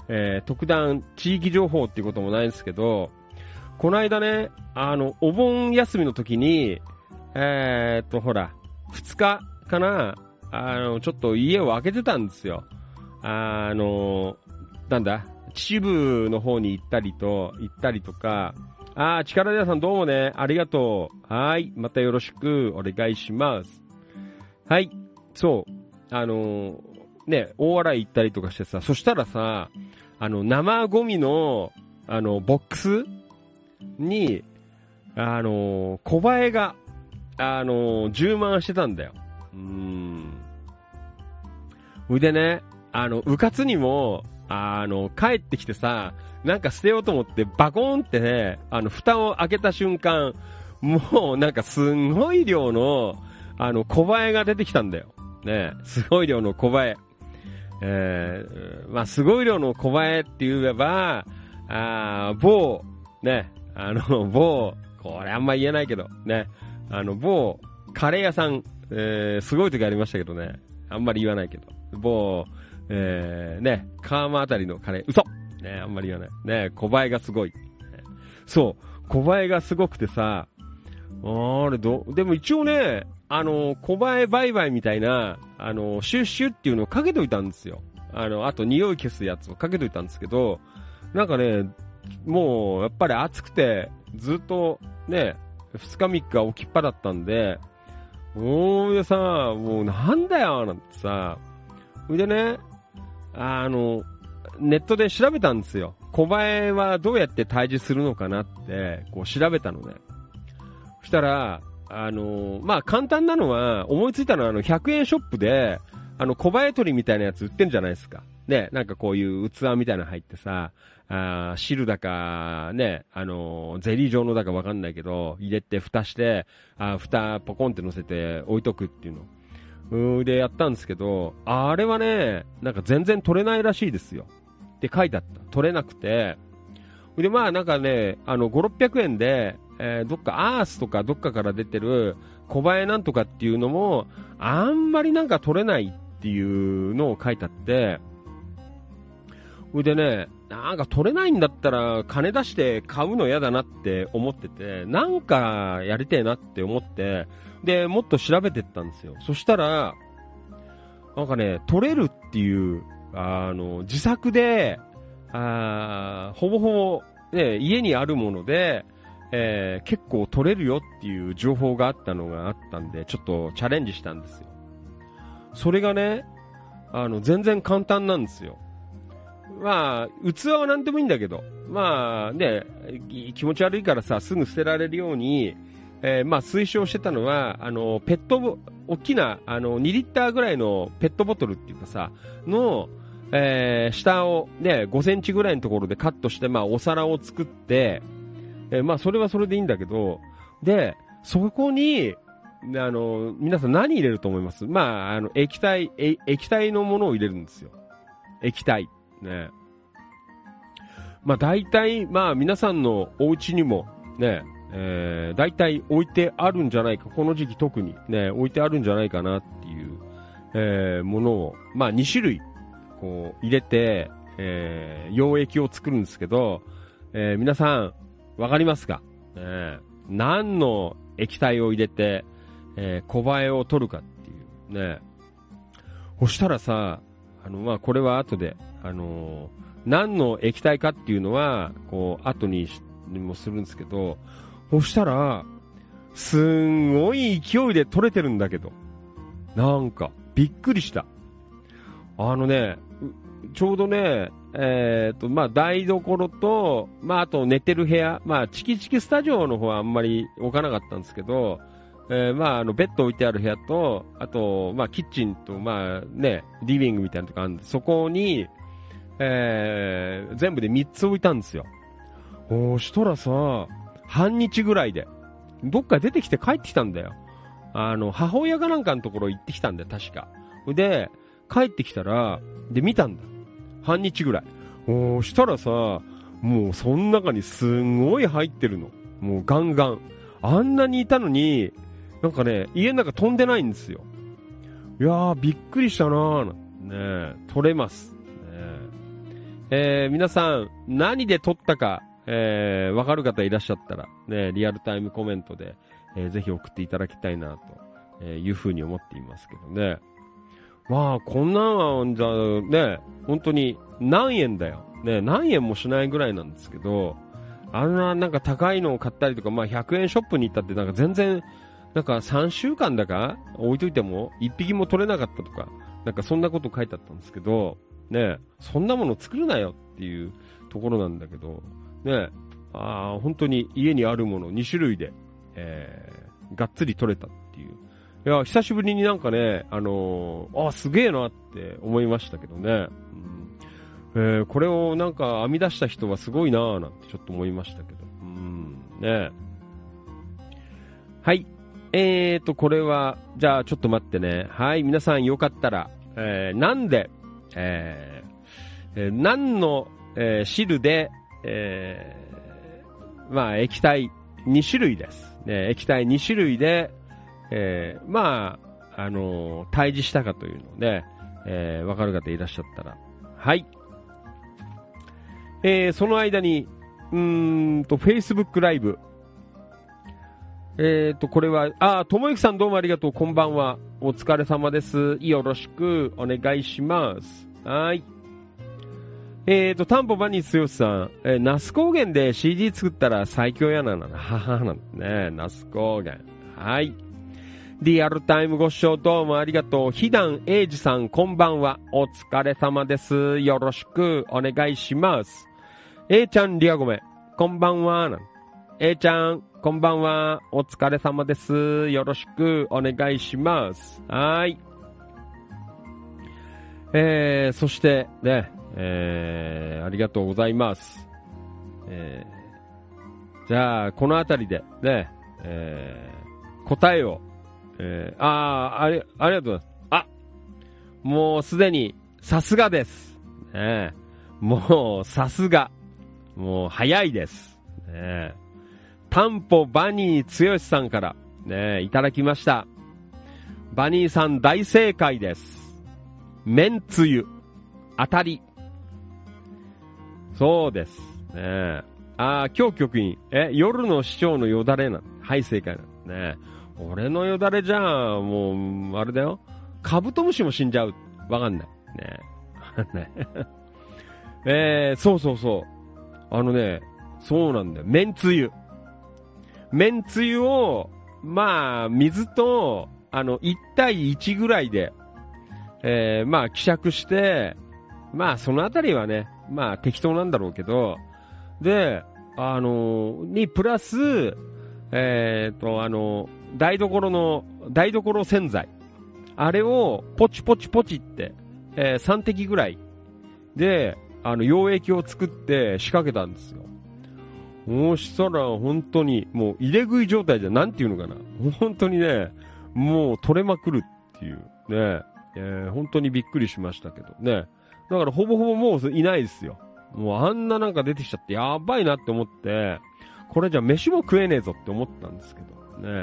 [SPEAKER 2] えー、特段地域情報っていうこともないんですけど、この間ね、あの、お盆休みの時に、えー、っと、ほら、ふつかかな、あの、ちょっと家を開けてたんですよ。あの、なんだ、秩父の方に行ったりと、行ったりとか、あー、力屋さんどうもね、ありがとう。はい、またよろしくお願いします。はい、そう、あの、ね、大洗行ったりとかしてさ、そしたらさ、あの、生ゴミの、あの、ボックスに、あの、小映えが、あの、充満してたんだよ。うーん。でね、あの、うかつにも、あの、帰ってきてさ、なんか捨てようと思ってバコーンってね、あの、蓋を開けた瞬間、もうなんかすんごい量の、あの、小映えが出てきたんだよ。ね、すごい量の小映え。えー、まあ、すごい量の小映えって言えば、あ某、ね、あの、某、これあんま言えないけど、ね、あの、某、カレー屋さん、えー、すごい時ありましたけどね、あんまり言わないけど、某、えー、ね、川間あたりのカレー、嘘ね、あんまり言わない。ね、小映えがすごい。そう、小映えがすごくてさ、あれど、でも一応ね、あの、小映え売買みたいな、あの、シュッシュっていうのをかけといたんですよ。あの、あと匂い消すやつをかけといたんですけど、なんかね、もう、やっぱり暑くて、ずっとね、二日三日置きっぱだったんで、もうさ、もうなんだよ、なんてさ、それでね、あの、ネットで調べたんですよ。小映えはどうやって退治するのかなって、こう調べたのね。そしたら、あの、まあ、簡単なのは、思いついたのはあの、ひゃくえんショップで、あの、小映え取りみたいなやつ売ってんじゃないですか。ね、なんかこういう器みたいなの入ってさ、あ汁だか、ね、あの、ゼリー状のだかわかんないけど、入れて蓋して、あ蓋ポコンって乗せて置いとくっていうの。うーでやったんですけど、あれはね、なんか全然取れないらしいですよ。って書いてあった。取れなくて。で、まあなんかね、あの、ご、ろっぴゃくえんで、えー、どっかアースとかどっかから出てる小映えなんとかっていうのも、あんまりなんか取れないっていうのを書いてあって、それでね、なんか取れないんだったら金出して買うの嫌だなって思ってて、なんかやりてえなって思って、で、もっと調べてったんですよ。そしたら、なんかね、取れるっていう、あの、自作で、あほぼほぼ、ね、家にあるもので、えー、結構取れるよっていう情報があったのがあったんで、ちょっとチャレンジしたんですよ。それがね、あの、全然簡単なんですよ。まあ、器はなんでもいいんだけど、まあね、気持ち悪いからさ、すぐ捨てられるように、えー、まあ推奨してたのは、あの、ペット、大きな、あの、にリッターぐらいのペットボトルっていうかさ、の、えー、下をね、ごセンチぐらいのところでカットして、まあお皿を作って、えー、まあそれはそれでいいんだけど、で、そこに、あの、皆さん何入れると思います？まあ、あの、液体、え液体のものを入れるんですよ。液体。ね。まあ大体、まあ皆さんのお家にも、ね、えー、大体置いてあるんじゃないか、この時期特にね、置いてあるんじゃないかなっていう、えー、ものを、まあに種類、こう入れて、えー、溶液を作るんですけど、えー、皆さん、わかりますか？ね、何の液体を入れて、えー、小映えを取るかっていうね。そしたらさ、あの、まあ、これは後で、あのー、何の液体かっていうのは、こう、後にもするんですけど、そしたら、すんごい勢いで取れてるんだけど、なんか、びっくりした。あのね、ちょうどね、えっと、まあ、台所と、まあ、あと寝てる部屋、まあ、チキチキスタジオの方はあんまり置かなかったんですけど、えー、まあ、あの、ベッド置いてある部屋と、あと、まあ、キッチンと、まあ、ね、リビングみたいなとこあるんで、そこに、えー、全部でみっつ置いたんですよ。おしたらさ、半日ぐらいで、どっか出てきて帰ってきたんだよ。あの、母親がなんかのところ行ってきたんだよ、確か。で、帰ってきたら、で、見たんだ。半日ぐらい。おしたらさ、もうその中にすんごい入ってるの。もうガンガン。あんなにいたのに、なんかね、家の中飛んでないんですよ。いやー、びっくりしたなー。ね、取れます。ね、 えー、皆さん、何で撮ったか、えー、わかる方いらっしゃったら、ね、リアルタイムコメントで、えー、ぜひ送っていただきたいな、というふうに思っていますけどね。まあ、こんなんは、じゃあ、ね、本当に何円だよ。ね、何円もしないぐらいなんですけど、あんな、なんか高いのを買ったりとか、まあ、ひゃくえんショップに行ったって、なんか全然、なんかさんしゅうかんだか置いといても、いっぴきも取れなかったとか、なんかそんなこと書いてあったんですけど、ね、そんなもの作るなよっていうところなんだけど、ね、あ本当に家にあるものにしゅるいで、えー、がっつり取れたっていう。いや、久しぶりになんかね、あのー、あ、すげえなって思いましたけどね。うん、えー、これをなんか編み出した人はすごいなぁなんてちょっと思いましたけど。うん、ね。はい。えーと、これは、じゃあちょっと待ってね。はい、皆さんよかったら、えー、なんで、えーえー、何の、えー、汁で、えー、まあ液体にしゅるいです。ね、液体にしゅるいで、えー、まあ、あのー、対峙したかというのをね、えー、わかる方いらっしゃったら。はい。えー、その間に、うーんと、Facebook ライブ。えーと、これは、あ、ともゆきさんどうもありがとう。こんばんは。お疲れ様です。よろしくお願いします。はい。えーと、タンポバニーつよしさん、えー、那須高原で シーディー 作ったら最強やなな。ははなんね。那須高原。はい。リアルタイムご視聴どうもありがとう。ひだんえいじさん、こんばんは。お疲れ様です。よろしくお願いします。えいちゃん、リアゴメ、こんばんは。えいちゃん、こんばんは。お疲れ様です。よろしくお願いします。はい。えー、そして、ね、えー、ありがとうございます。えー、じゃあ、このあたりで、ね、えー、答えを、えー、あー、あり、ありがとうございます。あ、もうすでに、さすがです。ね、もう、さすが。もう、早いです。ね、タンポバニーつよしさんからね、いただきました。バニーさん大正解です。めんつゆ、当たり。そうです。ね、あー、今日局員、え、夜の市長のよだれな。はい、正解な。ね、俺のよだれじゃあ、もう、あれだよ。カブトムシも死んじゃう。わかんない。ね。えー、そうそうそう。あのね、そうなんだよ。めんつゆ。めんつゆを、まあ、水と、あの、いち対いちぐらいで、えー、まあ、希釈して、まあ、そのあたりはね、まあ、適当なんだろうけど、で、あのー、に、プラス、えーと、あの、台所の、台所洗剤。あれを、ポチポチポチって、えー、さん滴ぐらいで、あの、溶液を作って仕掛けたんですよ。そうしたら本当にもう入れ食い状態じゃなんていうのかな。本当にね、もう取れまくるっていうね、えー、本当にびっくりしましたけどね。だからほぼほぼもういないですよ。もうあんななんか出てきちゃってやばいなって思って、これじゃ飯も食えねえぞって思ったんですけどね。うん、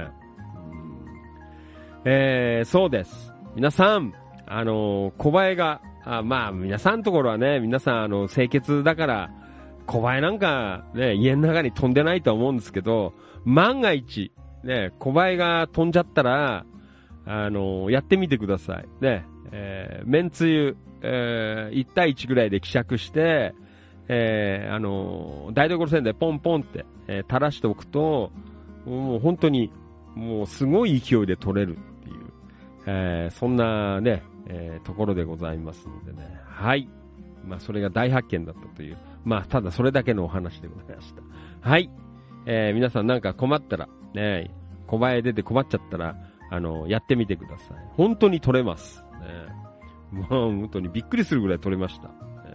[SPEAKER 2] えー、そうです。皆さん、あのー、小映えが、あ、まあ皆さんのところはね、皆さんあの清潔だから、小映えなんかね、家の中に飛んでないと思うんですけど、万が一、ね、小映えが飛んじゃったら、あのー、やってみてください。ね、えー、めんつゆ、えー、いち対いちぐらいで希釈して、えー、あのー、台所洗剤ポンポンって、えー、垂らしておくと、もう本当に、もうすごい勢いで取れるっていう、えー、そんなね、えー、ところでございますのでね。はい。まあ、それが大発見だったという。まあ、ただそれだけのお話でございました。はい。えー、皆さんなんか困ったら、ね、小映え出て困っちゃったら、あの、やってみてください。本当に取れます。ね、もう本当にびっくりするぐらい取れました。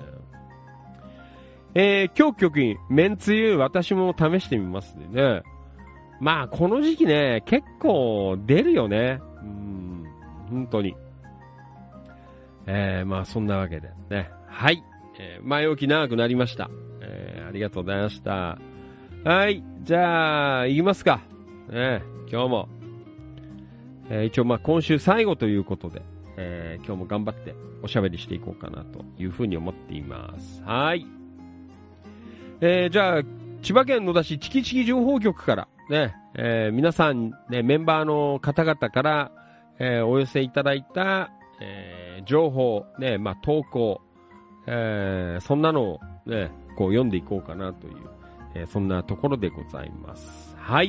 [SPEAKER 2] えー、今日局員、めんつゆ私も試してみますね。まあ、この時期ね、結構出るよね。うん、本当に。えー、まあ、そんなわけでね。はい。えー、前置き長くなりました。えー、ありがとうございました。はい。じゃあ、行きますか。ね、今日も。えー、一応、まあ、今週最後ということで、 えー、今日も頑張っておしゃべりしていこうかなというふうに思っています。はい。えー、じゃあ、千葉県野田市チキチキ情報局からね、えー、皆さん、ね、メンバーの方々から、えー、お寄せいただいた、えー、情報、ね、まあ、投稿、えー、そんなのをね、こう読んでいこうかなという、えー、そんなところでございます。はい。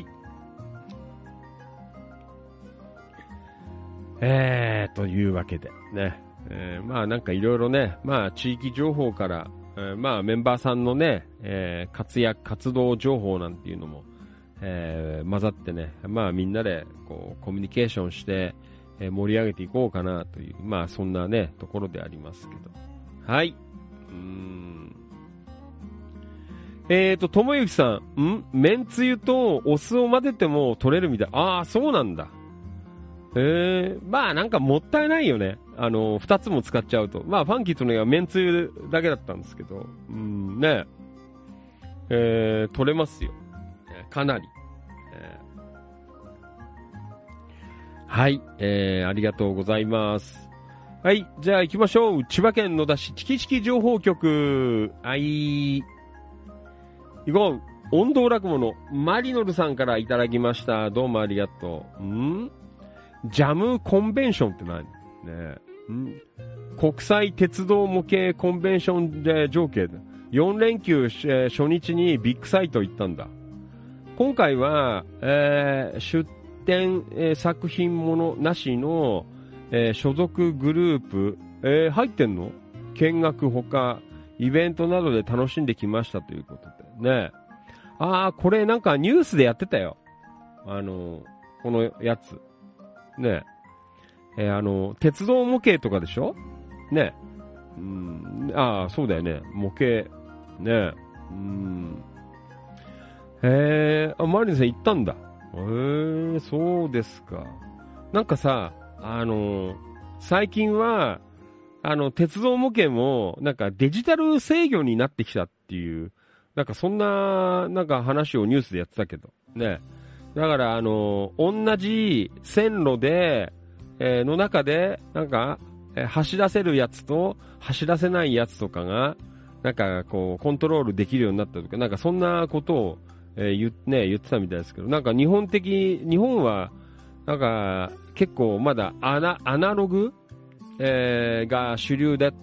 [SPEAKER 2] えー、というわけでね、えー、まあなんかいろいろね、まあ地域情報から、えー、まあメンバーさんのね、えー、活躍、活動情報なんていうのも、えー、混ざってね、まあみんなでこうコミュニケーションして、えー、盛り上げていこうかなという、まあそんなね、ところでありますけど。はい。うーん。えーと、ともゆきさん、んめんつゆとお酢を混ぜても取れるみたい。ああ、そうなんだ。えー、まあなんかもったいないよね。あの、二つも使っちゃうと。まあファンキーとのはめんつゆだけだったんですけど、うんね、えー、取れますよ。かなり。えー、はい、えー、ありがとうございます。はい、じゃあ行きましょう。千葉県野田市チキチキ情報局。はい。行こう。音頭落語のマリノルさんからいただきました。どうもありがとう。んジャムコンベンションって何ねん国際鉄道模型コンベンションで情景でよん連休、えー、初日にビッグサイト行ったんだ。今回は、えー、出展、えー、作品ものなしの、えー、所属グループ、えー、入ってんの見学ほかイベントなどで楽しんできましたということでね。あー、これなんかニュースでやってたよ。あの、このやつ。ねえ、えー、あの、鉄道模型とかでしょねうん、ああ、そうだよね。模型。ねうん。へえ、あ、マリンさん行ったんだ。へえ、そうですか。なんかさ、あの、最近は、あの、鉄道模型も、なんかデジタル制御になってきたっていう、なんかそんな、なんか話をニュースでやってたけど、ね。だから、あの、同じ線路で、えー、の中で、なんか、えー、走らせるやつと、走らせないやつとかが、なんか、こう、コントロールできるようになったとか、なんかそんなことを、えー、言, ね、言ってたみたいですけど、なんか日本的、日本は、なんか、結構まだアナ、アナログ、えー、が主流だって、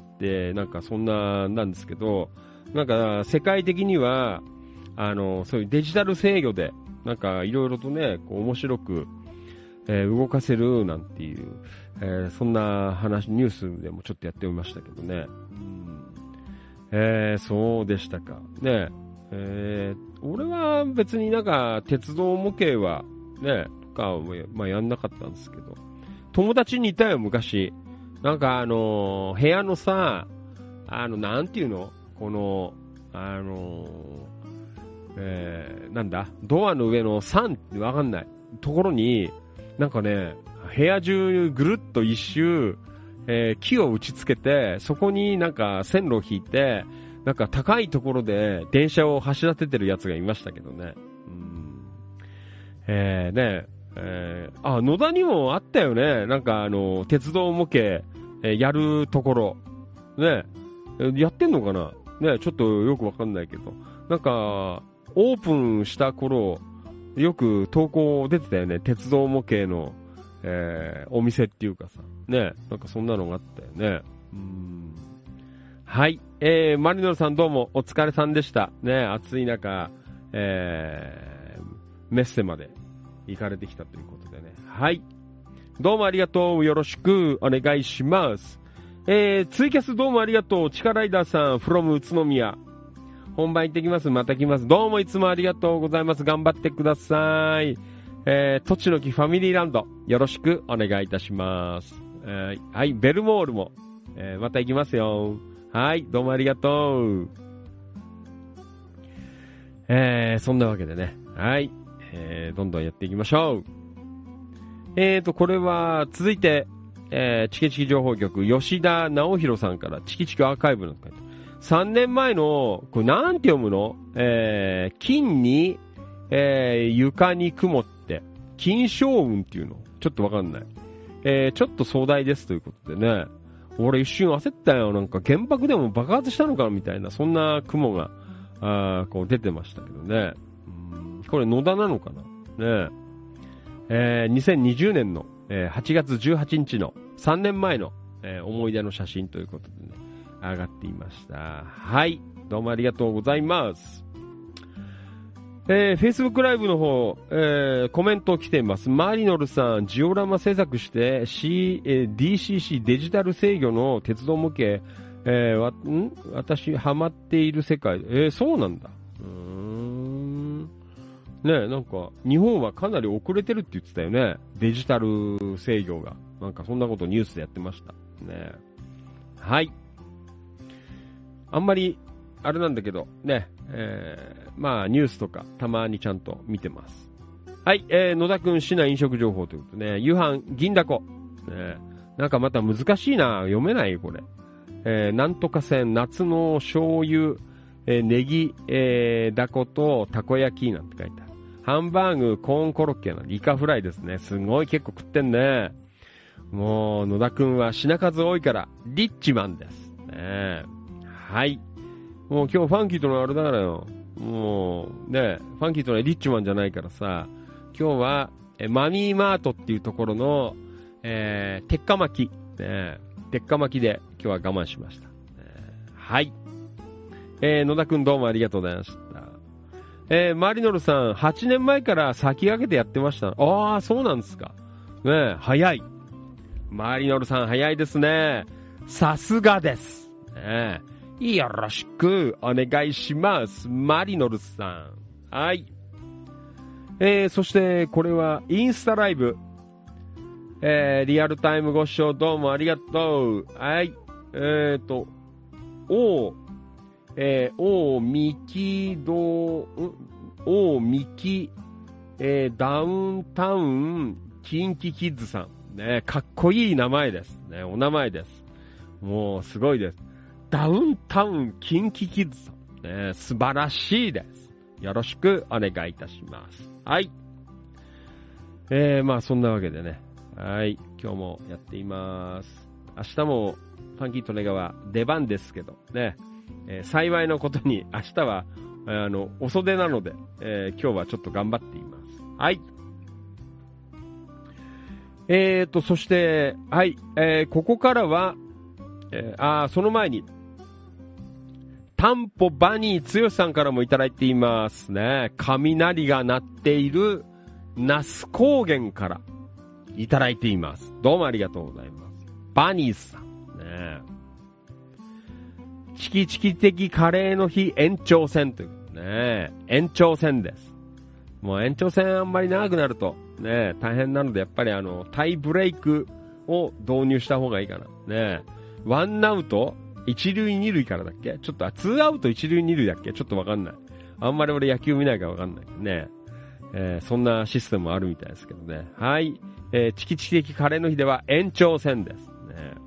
[SPEAKER 2] なんかそんな、なんですけど、なんか、世界的には、あの、そういうデジタル制御で、なんかいろいろとね、こう面白く、えー、動かせるなんていう、えー、そんな話、ニュースでもちょっとやってみましたけどね。うんえー、そうでしたか。ねえー、俺は別になんか鉄道模型はね、とか、まあやんなかったんですけど、友達にいたよ、昔。なんかあのー、部屋のさ、あの、なんていうのこの、あのー、えー、なんだドアの上のさんってわかんないところに、なんかね、部屋中ぐるっと一周、えー、木を打ち付けて、そこになんか線路を引いて、なんか高いところで電車を走らせてるやつがいましたけどね。うん。えー、ね、えー、あ、野田にもあったよね。なんかあの、鉄道模型、えー、やるところ。ね、やってんのかなね、ちょっとよくわかんないけど。なんか、オープンした頃、よく投稿出てたよね。鉄道模型の、えー、お店っていうかさ。ね。なんかそんなのがあったよね。うーん。はい。えー、マリノルさんどうもお疲れさんでした。ね。暑い中、えー、メッセまで行かれてきたということでね。はい。どうもありがとう。よろしくお願いします。えー、ツイキャスどうもありがとう。チカライダーさん、from 宇都宮。本番行ってきます。また来ます。どうもいつもありがとうございます。頑張ってください。えー、とちのきファミリーランド、よろしくお願いいたします。えー、はい、ベルモールも、えー、また行きますよ。はい、どうもありがとう。えー、そんなわけでね。はい、えー、どんどんやっていきましょう。えーと、これは、続いて、えー、チキチキ情報局、吉田直弘さんから、チキチキアーカイブの書いてさんねんまえの、これなんて読むのえー、金に、えー、床に雲って、金小雲っていうのちょっとわかんない。 えー、ちょっと壮大ですということでね、俺一瞬焦ったよ。なんか原爆でも爆発したのかみたいな、そんな雲が、あこう出てましたけどね。うんこれ野田なのかなねえー、にせんにじゅうねんの、えー、はちがつじゅうはちにちのさんねんまえの、えー、思い出の写真ということでね、上がっていました。はい。どうもありがとうございます。えー、Facebook ライブの方、えー、コメント来ています。マリノルさん、ジオラマ制作して、C えー、ディーシーシー デジタル制御の鉄道模型、えー、わん私、ハマっている世界。えー、そうなんだ。うーん。ねえ、なんか、日本はかなり遅れてるって言ってたよね。デジタル制御が。なんか、そんなことニュースでやってました。ねはい。あんまり、あれなんだけど、ね、えー、まあ、ニュースとか、たまにちゃんと見てます。はい、えー、野田くん、市内飲食情報ということでね、夕飯、銀だこ。ね、なんかまた難しいな、読めないよ、これ。えー、なんとか線、夏の醤油、えー、ネギ、えー、だことたこ焼きなんて書いてある。ハンバーグ、コーンコロッケなイカフライですね。すごい結構食ってんね。もう、野田くんは品数多いから、リッチマンです。ね、はい。もう今日ファンキーとのあれだからよ。もう、ね、ファンキーとのリッチマンじゃないからさ、今日は、えマミーマートっていうところの、えー、鉄火巻き、ね、鉄火巻きで今日は我慢しました。えー、はい。えー、野田くんどうもありがとうございました。えー、マリノルさん、はちねんまえから先駆けてやってました。ああ、そうなんですか。ね、早い。マリノルさん早いですね。さすがです。ねよろしくお願いします。マリノルさん。はい。えー、そしてこれはインスタライブ。えー、リアルタイムご視聴どうもありがとう。はい。えーと、おー、えー、おー、ミキド、んおー、ミキ、えー、ダウンタウン、キンキキッズさん。ね、かっこいい名前です。ね、お名前です。もう、すごいです。ダウンタウンキンキキッズさん、ね、素晴らしいです。よろしくお願いいたします。はい。えー、まあそんなわけでね。はい。今日もやっています。明日もファンキートネガは出番ですけどね。えー、幸いのことに明日は、あの、お袖なので、えー、今日はちょっと頑張っています。はい。えーと、そして、はい。えー、ここからは、えー、あー、その前に、タンポバニーつよしさんからもいただいていますね。雷が鳴っている那須高原からいただいています。どうもありがとうございます。バニーさん。ね、チキチキ的カレーの日延長戦というね。延長戦です。もう延長戦あんまり長くなるとね、大変なのでやっぱりあの、タイブレイクを導入した方がいいかな。ね。ワンアウト一塁二塁からだっけちょっと、ツーアウト一塁二塁だっけちょっとわかんない。あんまり俺野球見ないからわかんないね。えー、そんなシステムもあるみたいですけどね。はい。えー、チキチキ的カレーの日では延長戦です。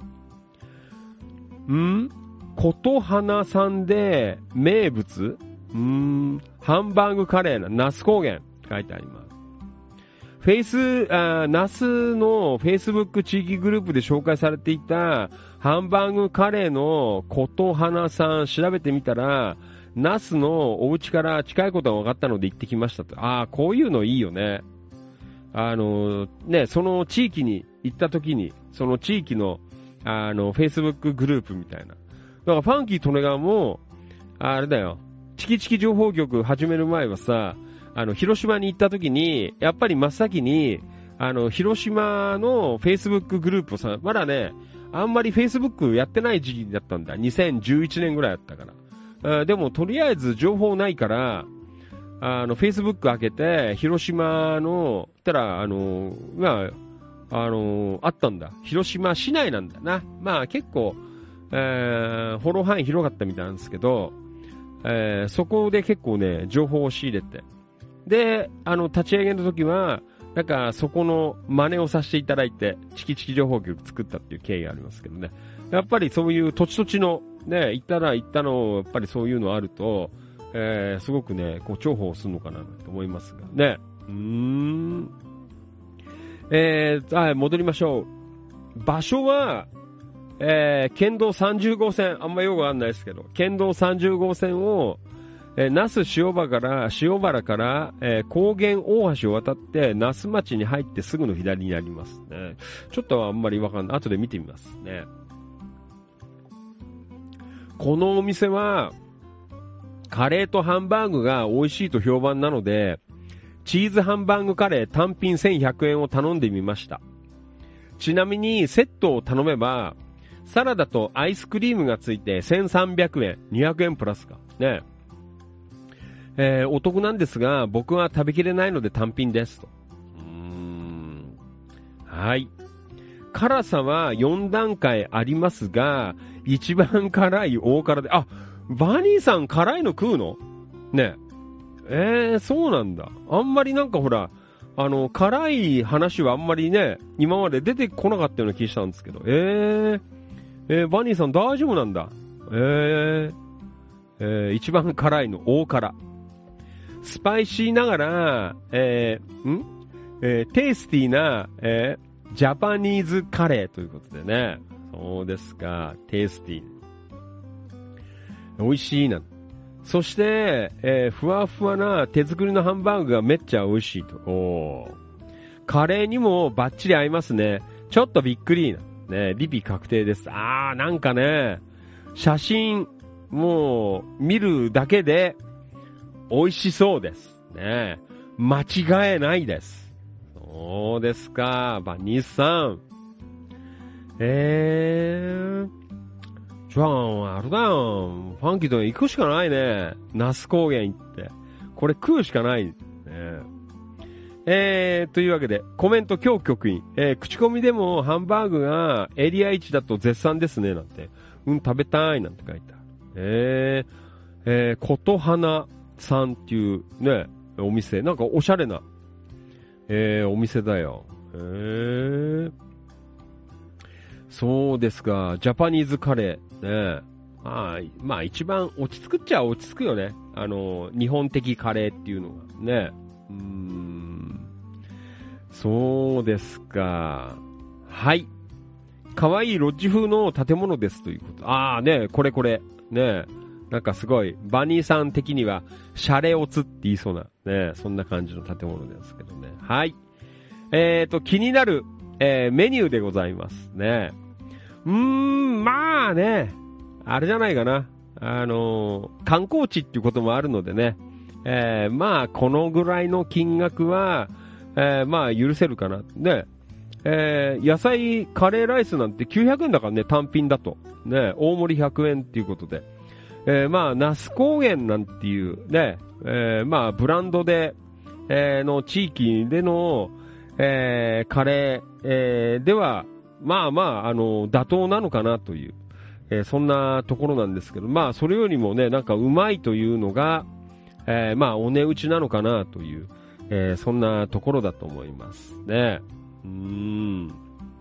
[SPEAKER 2] ね。んことはなさんで名物んハンバーグカレーな、那須高原書いてあります。フェイス、あ那須のフェイスブック地域グループで紹介されていたハンバーグカレーのことはなさん調べてみたら、那須のお家から近いことが分かったので行ってきましたと。ああ、こういうのいいよね。あの、ね、その地域に行った時に、その地域の、あの、フェイスブックグループみたいな。だからファンキー利根川も、あれだよ、チキチキ情報局始める前はさ、あの、広島に行った時に、やっぱり真っ先に、あの、広島の Facebook グループをさ、まだね、あんまり Facebook やってない時期だったんだ。にせんじゅういちねんぐらいだったから。あでも、とりあえず情報ないから、あの、Facebook 開けて、広島の、たら、あの、まあ、あの、あったんだ。広島市内なんだな。まあ、結構、えー、フォロー範囲広かったみたいなんですけど、えー、そこで結構ね、情報を仕入れて、で、あの、立ち上げの時は、なんか、そこの真似をさせていただいて、チキチキ情報局作ったっていう経緯がありますけどね。やっぱりそういう土地土地の、ね、行ったら行ったの、やっぱりそういうのあると、えー、すごくね、こう、重宝するのかなと思いますがね。うーん。えー、はい、戻りましょう。 場所は、えー、県道さんじゅうごせん、あんまよくわかんないですけど、県道さんじゅうごせんを、えー、那須塩原から、塩原から、えー、高原大橋を渡って、那須町に入ってすぐの左になりますね。ちょっとあんまりわかんない。後で見てみますね。このお店は、カレーとハンバーグが美味しいと評判なので、チーズハンバーグカレー単品せんひゃくえんを頼んでみました。ちなみにセットを頼めば、サラダとアイスクリームがついてせんさんびゃくえん、にひゃくえんプラスか。ね。えー、お得なんですが、僕は食べきれないので単品ですと。うーん。はい。辛さはよん段階ありますが、一番辛い大辛で、あ、バニーさん辛いの食うのね。えー、そうなんだ。あんまりなんかほら、あの、辛い話はあんまりね、今まで出てこなかったような気したんですけど、えー、えー、バニーさん大丈夫なんだ。えー、えー、一番辛いの大辛。スパイシーながら、えー、んえー、テイスティーな、えー、ジャパニーズカレーということでね。そうですか、テイスティー。美味しいな。そして、えー、ふわふわな手作りのハンバーグがめっちゃ美味しいと。おー。カレーにもバッチリ合いますね。ちょっとびっくりな。ね、リピ確定です。あー、なんかね、写真、もう、見るだけで、美味しそうです。ね。間違いないです。そうですか、バニーさん。えー、じゃあ、あれだよ。ファンキーと行くしかないね。那須高原行って。これ食うしかない。ね、えー、というわけで、コメント今日局員。えー、口コミでもハンバーグがエリアいちだと絶賛ですね。なんて。うん、食べたい。なんて書いてある。えー、えー、ことはなさんっていうね、お店。なんかおしゃれな、えー、お店だよ。えー、そうですか。ジャパニーズカレー。ね。まあ、まあ一番落ち着くっちゃ落ち着くよね。あの、日本的カレーっていうのが。ね。うーん。そうですか。はい。かわいいロッジ風の建物ですということ。ああね、これこれ。ね。なんかすごい、バニーさん的には、シャレオツって言いそうな、ね。そんな感じの建物ですけどね。はい。えーと、気になる、えー、メニューでございますね。うーん、まあね、あれじゃないかな。あのー、観光地っていうこともあるのでね。えー、まあ、このぐらいの金額は、えー、まあ、許せるかな。ね。えー、野菜、カレーライスなんてきゅうひゃくえんだからね、単品だと。ね、大盛りひゃくえんっていうことで。えー、まあ、那須高原なんていう、ね、えー、まあ、ブランドで、えー、の地域での、えー、カレー、えー、では、まあまあ、あの、妥当なのかなという、えー、そんなところなんですけど、まあ、それよりもね、なんかうまいというのが、えー、まあ、お値打ちなのかなという、えー、そんなところだと思いますね。うーん。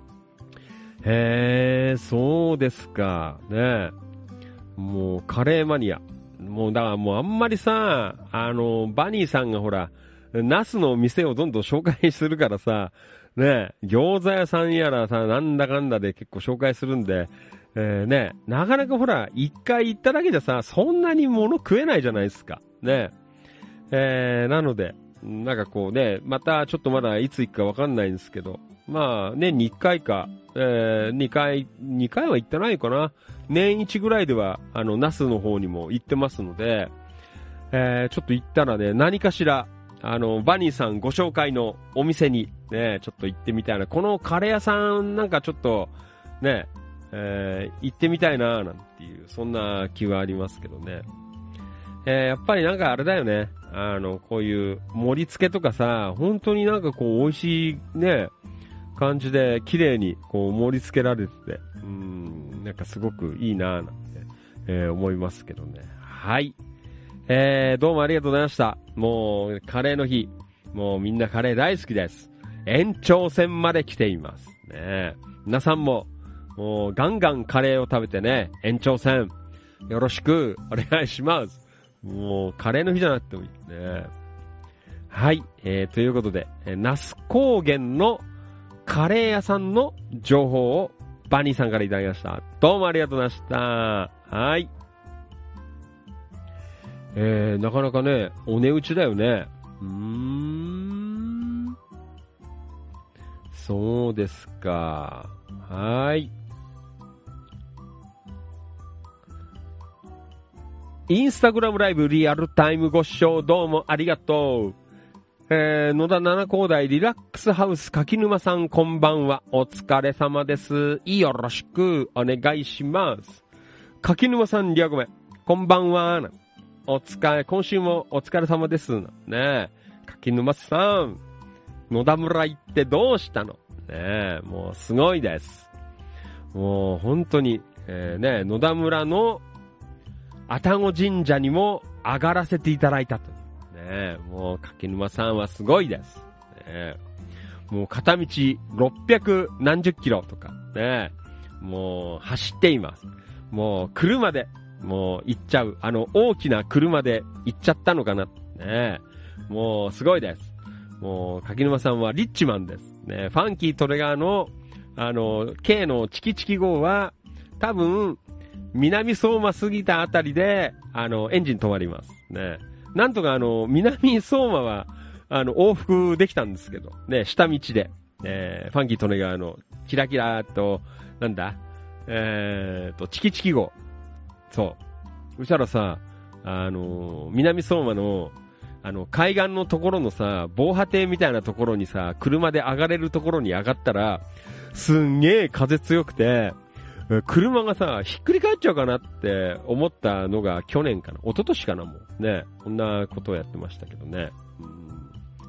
[SPEAKER 2] へえ、そうですか。ね。もう、カレーマニア。もう、だからもうあんまりさ、あの、バニーさんがほら、ナスの店をどんどん紹介するからさ、ね、餃子屋さんやらさ、なんだかんだで結構紹介するんで、えー、ね、なかなかほら、一回行っただけじゃさ、そんなに物食えないじゃないですか。ね。えー、なので、なんかこうね、またちょっとまだいつ行くかわかんないんですけど、まあ、年にいっかいか、えー、にかい、にかいは行ってないかな。年一ぐらいでは、あの、ナスの方にも行ってますので、えー、ちょっと行ったらね、何かしら、あの、バニーさんご紹介のお店に、ね、ちょっと行ってみたいな。このカレー屋さんなんかちょっと、ね、えー、行ってみたいな、なんていう、そんな気はありますけどね。えー、やっぱりなんかあれだよね。あの、こういう盛り付けとかさ、本当になんかこう美味しいね、感じで綺麗にこう盛り付けられてて、うん、なんかすごくいいなぁなんて、えー、思いますけどね。はい。えー、どうもありがとうございました。もう、カレーの日。もうみんなカレー大好きです。延長戦まで来ています。ね。皆さんも、もうガンガンカレーを食べてね、延長戦、よろしくお願いします。もう、カレーの日じゃなくてもいいね。はい。えー、ということで、えー、那須高原のカレー屋さんの情報をバニーさんからいただきました。どうもありがとうございました。はい。えー、なかなかね、お値打ちだよね。うーん。そうですか。はい。インスタグラムライブリアルタイムご視聴どうもありがとう。えー、野田七高台リラックスハウス柿沼さんこんばんは。お疲れ様です。よろしくお願いします。柿沼さんリアゴメ、こんばんは。お疲れ、今週もお疲れ様です。ねえ、柿沼さん、野田村行ってどうしたの？ねえ、もうすごいです。もう本当に、えー、ね、野田村の愛宕神社にも上がらせていただいたと。ね、もう柿沼さんはすごいです。ね、もう片道ろっぴゃくなんじゅっキロとか、ね、もう走っています。もう車で、もう行っちゃう。あの大きな車で行っちゃったのかな。ね、もうすごいです。もう柿沼さんはリッチマンです。ね、ファンキートレガーのあの K のチキチキ号は多分南相馬過ぎたあたりで、あの、エンジン止まります。ね。なんとかあの、南相馬は、あの、往復できたんですけど、ね、下道で、えー、ファンキートネガーの、キラキラーと、なんだ、えーと、チキチキ号。そう。そしたらさ、あの、南相馬の、あの、海岸のところのさ、防波堤みたいなところにさ、車で上がれるところに上がったら、すんげー風強くて、車がさ、ひっくり返っちゃうかなって思ったのが去年かな。一昨年かなもう。ね。こんなことをやってましたけどね。うん、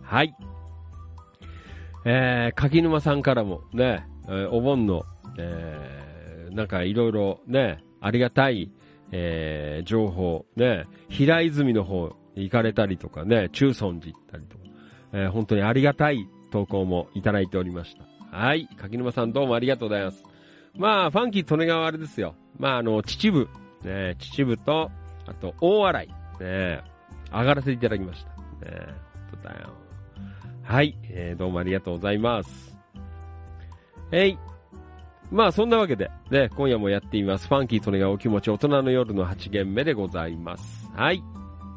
[SPEAKER 2] はい。えー、柿沼さんからもね、えー、お盆の、えー、なんかいろいろね、ありがたい、えー、情報、ね、平泉の方行かれたりとかね、中尊寺行ったりとか、えー、本当にありがたい投稿もいただいておりました。はい。柿沼さんどうもありがとうございます。まあ、ファンキー利根川あれですよ。まあ、あの、秩父、ね、秩父と、あと、大洗、ね、上がらせていただきました。ね、本当だよ。はい、えー、どうもありがとうございます。えい。まあ、そんなわけで、ね、今夜もやっています。ファンキー利根川お気持ち大人の夜のはち限目でございます。はい。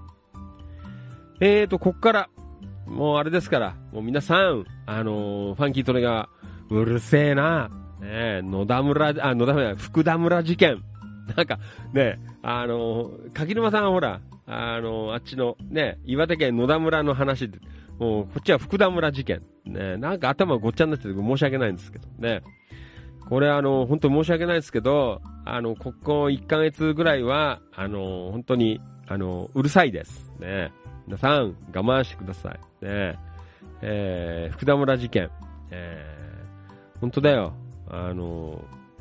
[SPEAKER 2] えーと、こっから、もうあれですから、もう皆さん、あのー、ファンキー利根川、うるせえな、ねえ、野田村、あ、野田村、福田村事件。なんか、ね、あの、柿沼さんはほら、あの、あっちの、ね、岩手県野田村の話で、もう、こっちは福田村事件。ね、なんか頭ごっちゃになってて申し訳ないんですけど、ね。これあの、本当申し訳ないですけど、あの、ここいっかげつぐらいは、あの、本当に、あの、うるさいです。ね。皆さん、我慢してください。ね。えー、福田村事件。えー、本当だよ。あの、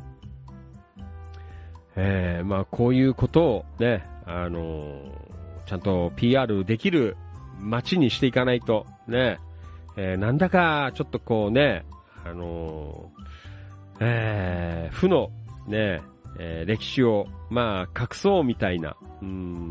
[SPEAKER 2] えー、まあこういうことをね、あの、ちゃんと ピーアール できる街にしていかないとね、えー、なんだかちょっとこうね、あの、えー、負のね、えー、歴史をまあ隠そうみたいな、うん、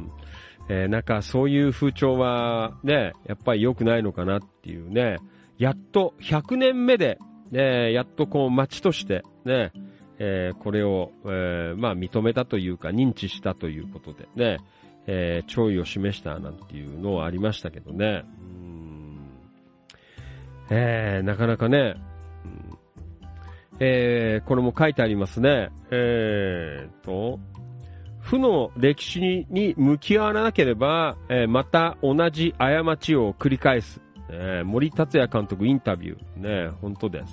[SPEAKER 2] えー、なんかそういう風潮はね、やっぱり良くないのかなっていうね、やっとひゃくねんめでね、やっとこう街としてね、えー、これを、えー、まあ認めたというか認知したということでね、えー、弔意を示したなんていうのはありましたけどね、うーん、えー、なかなかね、うん、えー、これも書いてありますね。えーと、負の歴史に向き合わなければ、えー、また同じ過ちを繰り返す。えー、森達也監督インタビュー。ね、本当です。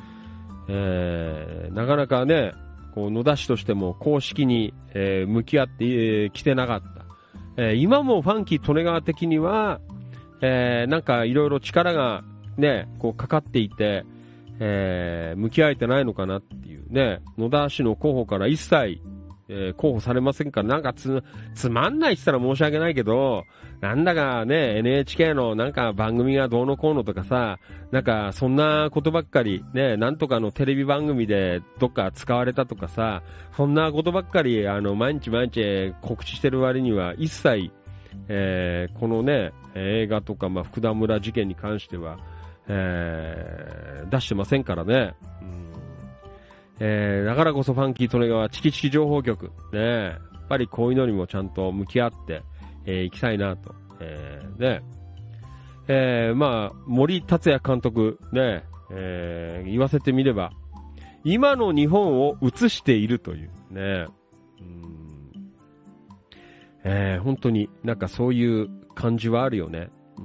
[SPEAKER 2] えー、なかなかね、こう野田氏としても公式に、えー、向き合ってき、えー、てなかった。えー、今もファンキー利根川的には、えー、なんかいろいろ力がね、こうかかっていて、えー、向き合えてないのかなっていうね、野田氏の候補から一切、えー、候補されませんから、なんかつ、つまんないって言ったら申し訳ないけど、なんだかね、エヌエイチケー のなんか番組がどうのこうのとかさ、なんかそんなことばっかり、ね、なんとかのテレビ番組でどっか使われたとかさ、そんなことばっかり、あの、毎日毎日告知してる割には一切、えー、このね、映画とか、まあ、福田村事件に関しては、 えー、出してませんからね。うん、えー、だからこそファンキー利根川チキチキ情報局、ね、やっぱりこういうのにもちゃんと向き合って、えー、いきたいなと。えー、ね、えー、まあ、森達也監督、ね、えー、言わせてみれば、今の日本を映しているというね、うん、えー、本当になんかそういう感じはあるよね。うん、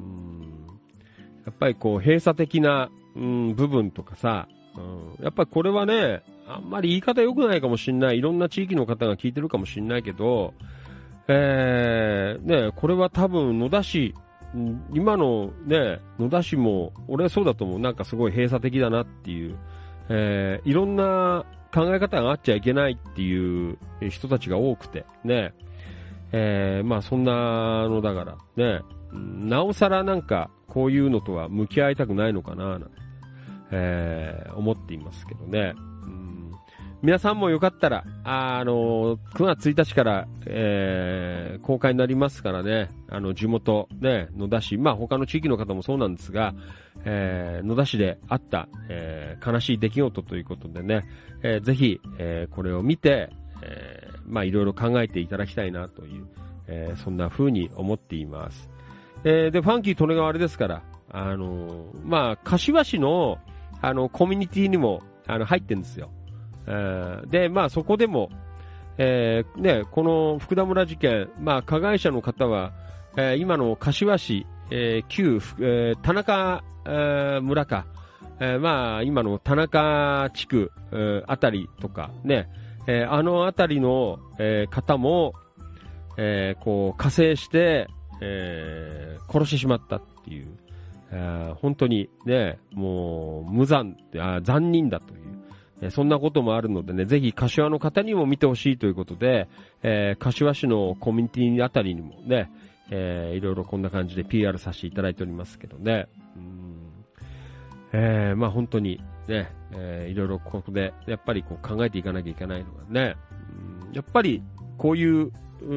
[SPEAKER 2] やっぱりこう閉鎖的な、うん、部分とかさ、うん、やっぱりこれはね、あんまり言い方良くないかもしんない。いろんな地域の方が聞いてるかもしんないけど、えー、ね、これは多分野田市、今のね、野田市も、俺はそうだと思う。なんかすごい閉鎖的だなっていう、えー、いろんな考え方があっちゃいけないっていう人たちが多くて、ね、えー、まあそんなのだから、ね、なおさらなんかこういうのとは向き合いたくないのかな、なんて、えー、思っていますけどね。うん、皆さんもよかったら、あ、あの、くがつついたちから、えー、公開になりますからね、あの、地元、ね、野田市、まあ他の地域の方もそうなんですが、えー、野田市であった、えー、悲しい出来事ということでね、えー、ぜひ、えー、これを見て、えー、まあいろいろ考えていただきたいなという、えー、そんな風に思っています。えー、で、ファンキー利根川あれですから、あのー、まあ柏市の、あの、コミュニティにも、あの、入ってるんですよ。えー、で、まあそこでも、えー、ね、この福田村事件、まあ加害者の方は、えー、今の柏市、えー、旧、えー、田中、えー、村か、えー、まあ今の田中地区、えー、あたりとかね、えー、あのあたりの、えー、方も、えー、こう加勢して、えー、殺してしまったっていう、えー、本当にね、もう無残、あ、残忍だという、えー、そんなこともあるのでね、ぜひ柏の方にも見てほしいということで、えー、柏市のコミュニティあたりにもね、えー、いろいろこんな感じで ピーアール させていただいておりますけどね。うん、えー、まあ本当にね、えー、いろいろここでやっぱりこう考えていかなきゃいけないのがね、うん、やっぱりこういう、うん、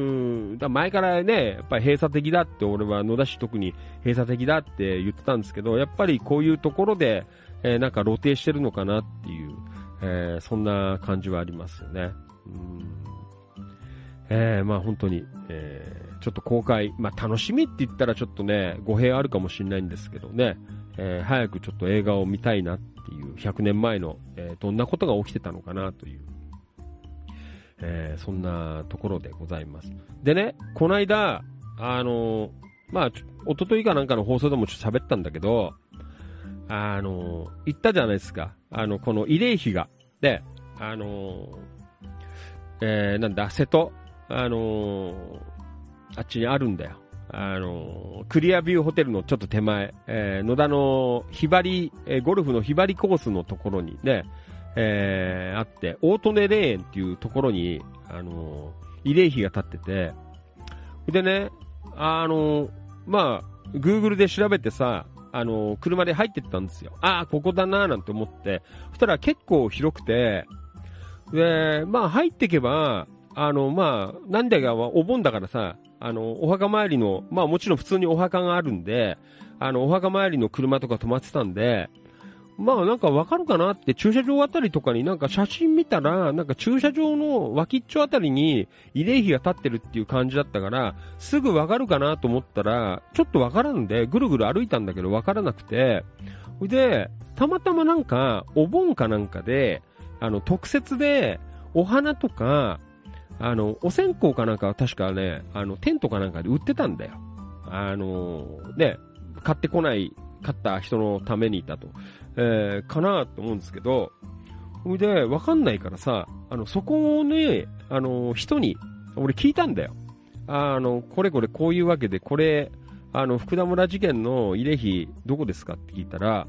[SPEAKER 2] だ前からね、やっぱり閉鎖的だって俺は野田市特に閉鎖的だって言ってたんですけど、やっぱりこういうところで、えー、なんか露呈してるのかなっていう、えー、そんな感じはありますよね。うんえー、まあ本当に、えー、ちょっと公開、まあ楽しみって言ったらちょっとね、語弊あるかもしれないんですけどね、えー、早くちょっと映画を見たいなっていうひゃくねんまえの、えー、どんなことが起きてたのかなという、えー、そんなところでございます。でね、この間、あのー、まあ、一昨日かなんかの放送でもちょっと喋ったんだけど、あのー、言ったじゃないですか。あの、この慰霊碑が。で、あのー、えー、なんだ、瀬戸、あのー、あっちにあるんだよ。あのー、クリアビューホテルのちょっと手前、えー、野田のひばり、えー、ゴルフのひばりコースのところにね、えー、あって、大利根霊園っていうところに、あのー、慰霊碑が立ってて、でね、あのー、まあ、Google で調べてさ、あのー、車で入ってったんですよ。ああ、ここだなーなんて思って、そしたら結構広くて、で、まあ入ってけば、あの、まあ、なんだかお盆だからさ、あの、お墓参りの、まあもちろん普通にお墓があるんで、あの、お墓参りの車とか止まってたんで、まあなんかわかるかなって駐車場あたりとかになんか写真見たら、なんか駐車場の脇っちょあたりに慰霊碑が立ってるっていう感じだったから、すぐわかるかなと思ったら、ちょっとわからんで、ぐるぐる歩いたんだけどわからなくて、で、たまたまなんか、お盆かなんかで、あの、特設で、お花とか、あの、お線香かなんかは確かね、あの、テントかなんかで売ってたんだよ。あの、ね、買ってこない、買った人のためにだと。えー、かなと思うんですけど、ほいで、わかんないからさ、あの、そこをね、あの、人に、俺聞いたんだよ。あの、これこれこういうわけで、これ、あの、福田村事件の慰霊碑、どこですかって聞いたら、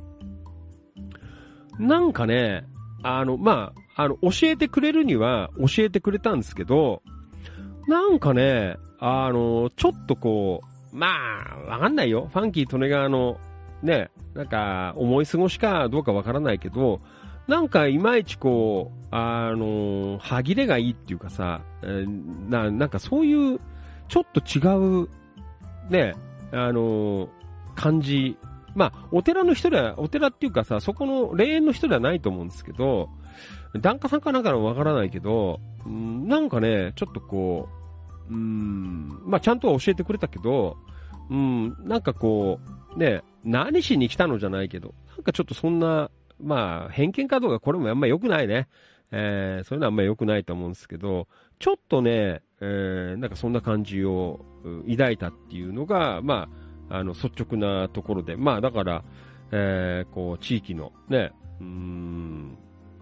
[SPEAKER 2] なんかね、あの、まあ、あの、教えてくれるには教えてくれたんですけど、なんかね、あの、ちょっとこう、まあ、わかんないよ。ファンキー利根川の、ね、なんか、思い過ごしかどうかわからないけど、なんか、いまいちこう、あの、歯切れがいいっていうかさ、えー、な、なんかそういう、ちょっと違う、ね、あの、感じまあ、お寺の人では、お寺っていうかさ、そこの霊園の人ではないと思うんですけど、檀家さんかなんかのわからないけど、うん、なんかね、ちょっとこう、うん、まあ、ちゃんとは教えてくれたけど、うん、なんかこう、ね、何しに来たのじゃないけど、なんかちょっとそんな、まあ、偏見かどうかこれもあんま良くないね。えー、そういうのはあんまり良くないと思うんですけど、ちょっとね、えー、なんかそんな感じを抱いたっていうのが、まあ、あの、率直なところで、まあ、だから、えー、こう、地域のね、うーん、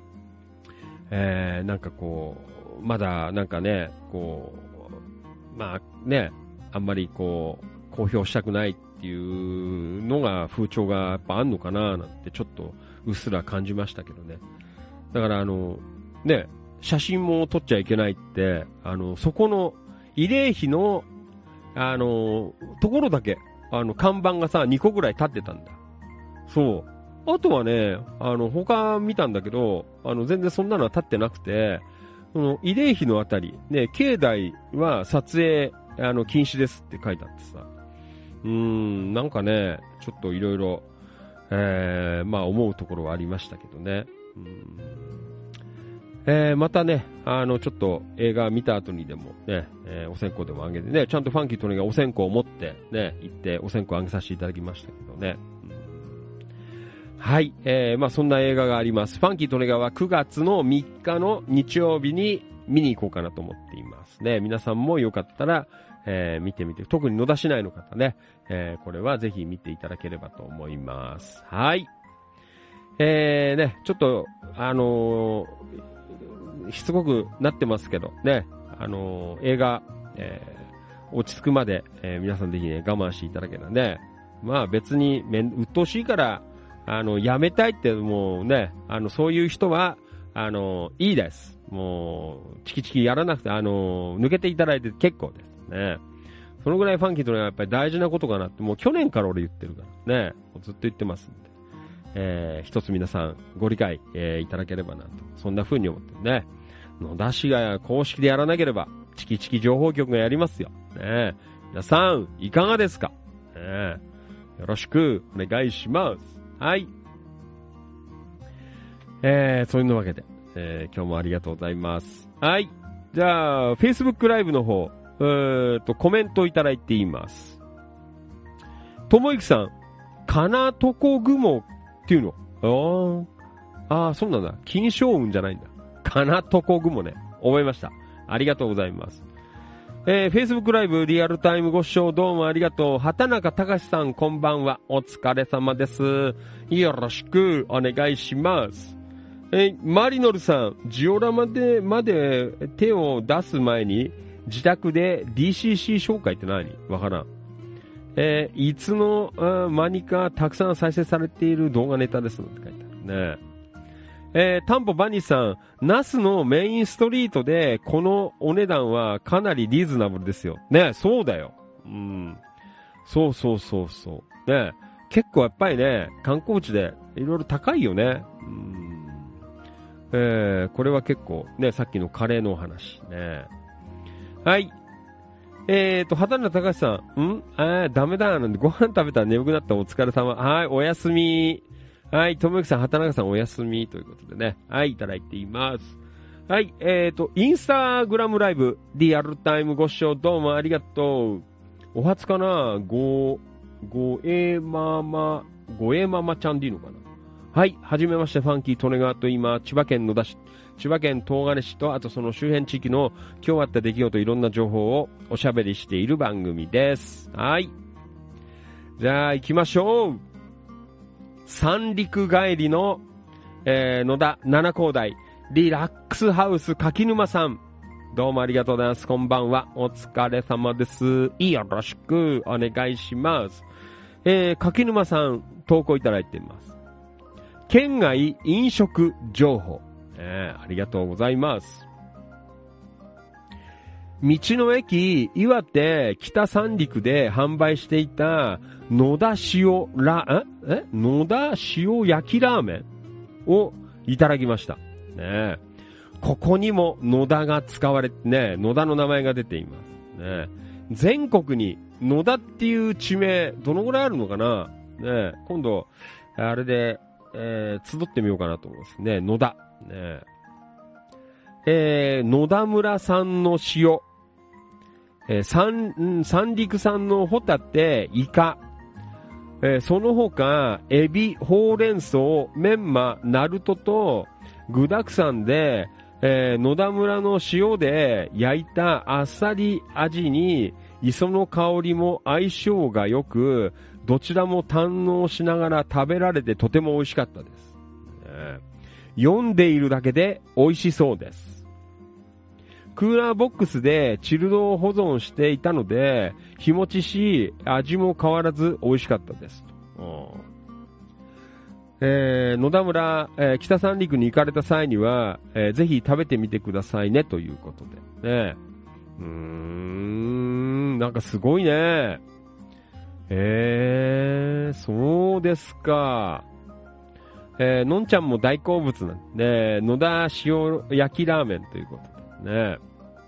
[SPEAKER 2] えー、なんかこう、まだなんかね、こう、まあね、あんまりこう、公表したくないっていうのが風潮がやっぱあんのかななんてちょっとうっすら感じましたけどね。だからあの、ね、写真も撮っちゃいけないって、あの、そこの慰霊碑の、あの、ところだけ、あの、看板がさ、にこぐらい立ってたんだ。そう。あとはね、あの、他見たんだけど、あの、全然そんなのは立ってなくて、その、慰霊碑のあたり、ね、境内は撮影、あの、禁止ですって書いてあってさ。うーん、なんかね、ちょっといろいろ、えー、まあ思うところはありましたけどね。うーんえー、またね、あの、ちょっと映画見た後にでもね、えー、お線香でもあげてね、ちゃんとファンキートネがお線香を持ってね、行ってお線香あげさせていただきましたけどね。うん、はい、えー、まあそんな映画があります。ファンキートネガはくがつのみっかの日曜日に見に行こうかなと思っていますね。皆さんもよかったら、えー、見てみて、特に野田市内の方ね、えー、これはぜひ見ていただければと思います。はい。えー、ね、ちょっと、あのー、しつこくなってますけど、ね、あのー、映画、えー、落ち着くまで、えー、皆さんぜひね、我慢していただけたらね、まあ別にめん、鬱陶しいから、あの、やめたいってもうね、あの、そういう人は、あの、いいです。もう、チキチキやらなくて、あの、抜けていただいて結構ですね。そのぐらいファンキーというのはやっぱり大事なことかなって、もう去年から俺言ってるからね、ずっと言ってますんで。えー、一つ皆さんご理解、えー、いただければなと、そんな風に思ってね。野田市が公式でやらなければ、チキチキ情報局がやりますよ。ね、皆さん、いかがですか、ね、よろしくお願いします。はい。えー、そういうわけで、えー、今日もありがとうございます。はい。じゃあ、Facebook ライブの方、えーと、コメントいただいています。ともゆきさん、かなとこ雲っていうのああ、ああ、そうなんだ。金賞雲じゃないんだ。かなとこ雲ね。覚えました。ありがとうございます。えー、Facebook ライブリアルタイムご視聴どうもありがとう。畑中隆さんこんばんは。お疲れ様です。よろしくお願いします。えー、マリノルさん、ジオラマでまで手を出す前に自宅で ディーシーシー 紹介って何？わからん。えー、いつの間にかたくさん再生されている動画ネタですのって書いてあるね。えー、タンポバニーさん、ナスのメインストリートでこのお値段はかなりリーズナブルですよ。ね、そうだよ。うん。そうそうそうそう。ね、結構やっぱりね、観光地でいろいろ高いよね。うん。えー、これは結構ね、さっきのカレーのお話ね。はい。えーと、畑中隆さん、んあー、ダメだ。なんでご飯食べたら眠くなった。お疲れ様。はい、おやすみ。はい、ともゆきさん、畑中さん、おやすみ。ということでね。はい、いただいています。はい、えーと、インスタグラムライブ、リアルタイムご視聴どうもありがとう。お初かなご、ごえまま、ごえままちゃんでいいのかな。はい、はじめまして、ファンキー・トネガーと今、千葉県野田市、千葉県東金市と、あとその周辺地域の今日あった出来事、いろんな情報をおしゃべりしている番組です。はい。じゃあ行きましょう。三陸帰りの、えー、野田七高台リラックスハウス柿沼さん。どうもありがとうございます。こんばんは。お疲れ様です。よろしくお願いします。えー、柿沼さん、投稿いただいています。県外飲食情報。えー、ありがとうございます。道の駅岩手北三陸で販売していた野田塩ラえ野田塩焼きラーメンをいただきました。ね、ここにも野田が使われてね、野田の名前が出ています。ね、全国に野田っていう地名どのぐらいあるのかな。 ね、今度、あれで、えー、集ってみようかなと思いますね。野田。ね、えー、野田村産の塩。えー、三、三陸産のホタテ、イカ。えー、その他、エビ、ほうれん草、メンマ、ナルトと、具沢山で、えー、野田村の塩で焼いたあっさり味に、磯の香りも相性が良く、どちらも堪能しながら食べられてとても美味しかったです。えー、読んでいるだけで美味しそうです。クーラーボックスでチルド保存していたので、日持ちし、味も変わらず美味しかったです。えー、野田村、えー、北三陸に行かれた際には、えー、ぜひ食べてみてくださいねということで。ね、うーん、なんかすごいね。えー、そうですか。えー、のんちゃんも大好物なんで、野田塩焼きラーメンということでね。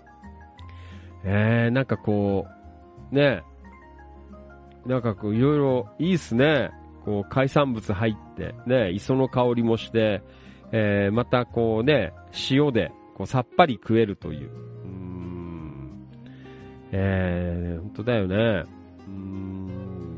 [SPEAKER 2] えー、なんかこう、ね、なんかこういろいろいいっすね。こう海産物入ってね、磯の香りもして、えー、またこうね、塩でこうさっぱり食えるという。うーん、えー、本当だよね。うーん、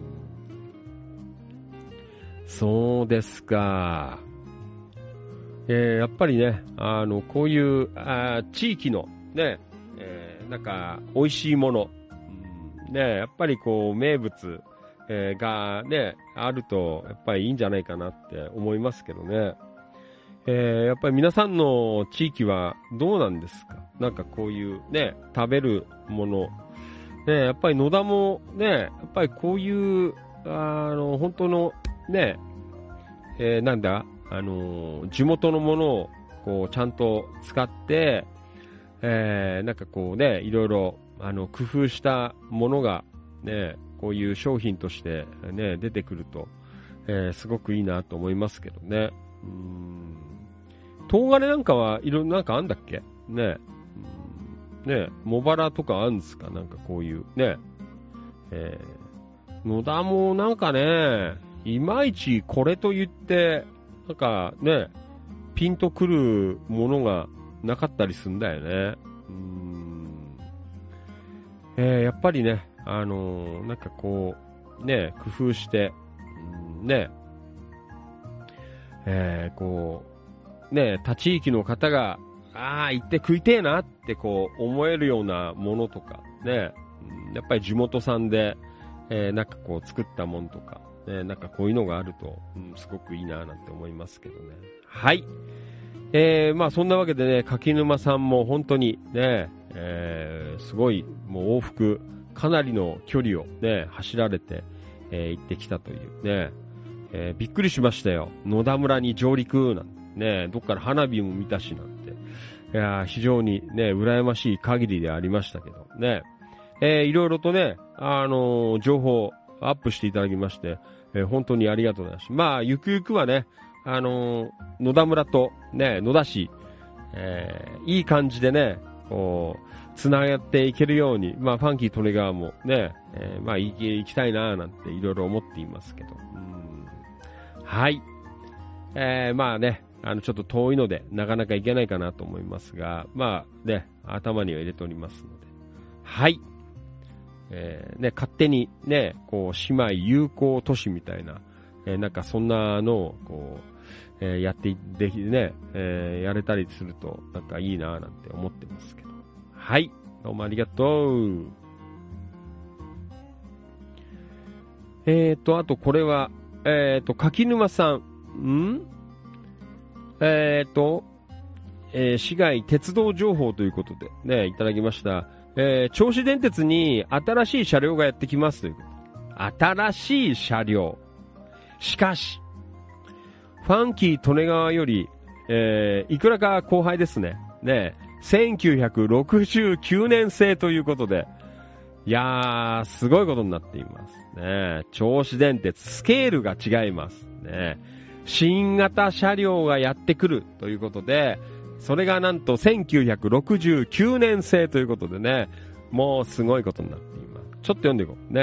[SPEAKER 2] そうですか。えー、やっぱりね、あのこういうあ地域のね、えー、なんか美味しいもの、うん、ね、やっぱりこう名物えー、がね、あると、やっぱりいいんじゃないかなって思いますけどね。えー、やっぱり皆さんの地域はどうなんですか？なんかこういうね、食べるもの。ね、やっぱり野田もね、やっぱりこういう、あの、本当のね、えー、なんだ、あのー、地元のものをこう、ちゃんと使って、えー、なんかこうね、いろいろ、あの、工夫したものが、ね、こういう商品としてね、出てくると、えー、すごくいいなと思いますけどね。うーん、唐辛なんかはいろいろなんかあんだっけね。うん、ね、茂原とかあるんですか？なんかこういうね。えー、野田もなんかね、いまいちこれと言って、なんかね、ピンとくるものがなかったりするんだよね。うーん、えー、やっぱりね、あのー、なんかこう、ね、工夫して、うん、ね、えー、こう、ね、他地域の方が、ああ、行って食いてえなってこう思えるようなものとか、ね、うん、やっぱり地元産で、えー、なんかこう作ったものとか、ね、なんかこういうのがあると、うん、すごくいいななんて思いますけどね。はい。えー、まあそんなわけでね、柿沼さんも本当にね、えー、すごい、もう往復、かなりの距離をね、走られて、えー、行ってきたというね、えー、びっくりしましたよ。野田村に上陸なんてね、どっから花火も見たしなんて。いやー、非常にね、羨ましい限りでありましたけどね。えー、いろいろとね、あのー、情報アップしていただきまして、えー、本当にありがとうございます。まあ、ゆくゆくはね、あのー、野田村とね、野田市、えー、いい感じでね、こう、つながっていけるように、まあ、ファンキー利根川もね、えー、まあ、行き、行きたいなーなんていろいろ思っていますけど。うん、はい。えー、まあね、あの、ちょっと遠いので、なかなか行けないかなと思いますが、まあね、頭には入れておりますので。はい。えー、ね、勝手にね、こう、姉妹友好都市みたいな、えー、なんかそんなのを、こう、えー、やってできね、えー、やれたりすると、なんかいいなーなんて思ってますけど。はい。どうもありがとう。えーと、あとこれは、えーと、柿沼さん。んえーと、えー、市街鉄道情報ということでね、いただきました。えー、銚子電鉄に新しい車両がやってきますということ。新しい車両。しかし、ファンキー利根川より、えー、いくらか後輩ですね。ね、せんきゅうひゃくろくじゅうきゅうねん製ということで、いやー、すごいことになっていますね。銚子電鉄、スケールが違いますね。新型車両がやってくるということで、それがなんとせんきゅうひゃくろくじゅうきゅうねん製ということでね、もうすごいことになっています。ちょっと読んでいこう。ね。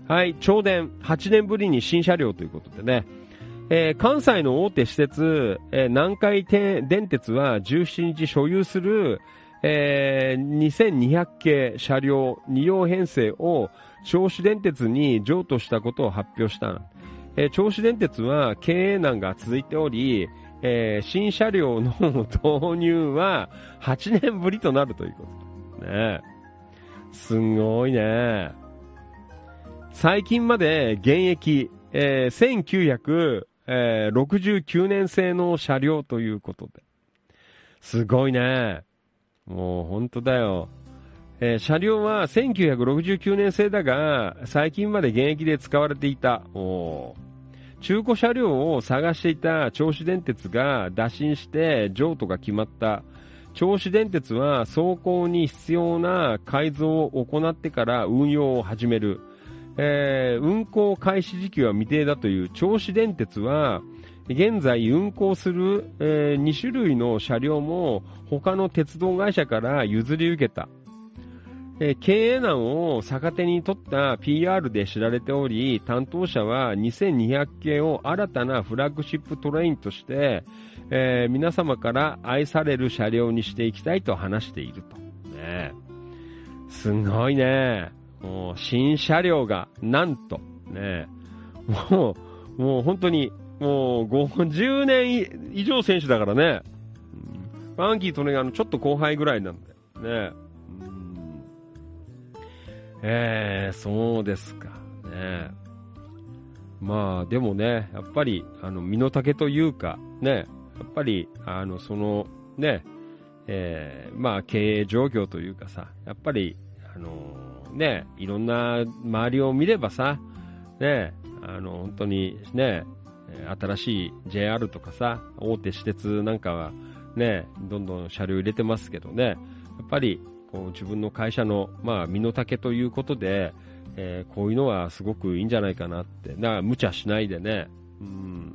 [SPEAKER 2] はい、銚電はちねんぶりに新車両ということでね、えー、関西の大手私鉄、えー、南海電鉄はじゅうしちにち所有する、えー、にせんにひゃくけい車両に両編成を銚子電鉄に譲渡したことを発表した。えー、銚子電鉄は経営難が続いており、えー、新車両の導入ははちねんぶりとなるということね。すごいね。最近まで現役、えー、せんきゅうひゃくろくじゅうきゅうねん製の車両ということで。すごいね。もう本当だよ。えー、車両はせんきゅうひゃくろくじゅうきゅうねん製だが、最近まで現役で使われていた。おー。中古車両を探していた銚子電鉄が打診して譲渡が決まった。銚子電鉄は走行に必要な改造を行ってから運用を始める。えー、運行開始時期は未定だという銚子電鉄は、現在運行する、えー、に種類の車両も他の鉄道会社から譲り受けた。えー、経営難を逆手に取った ピーアール で知られており、担当者はにせんにひゃくけいを新たなフラッグシップトレインとして、えー、皆様から愛される車両にしていきたいと話していると。ね、すごいね。もう新車両がなんとね、もうもう本当にもうごじゅうねん以上選手だからね。うん、ファンキーとねあのちょっと後輩ぐらいなんだよね。うん、えー、そうですかね。まあでもね、やっぱりあの身の丈というかね、やっぱりあのそのね、えー、まあ経営状況というかさ、やっぱりあのね、いろんな周りを見ればさ、ね、あの本当にね、新しい ジェイアール とかさ、大手私鉄なんかはね、どんどん車両入れてますけどね、やっぱりこう自分の会社のまあ身の丈ということで、えー、こういうのはすごくいいんじゃないかなって、だから無茶しないでね、うん、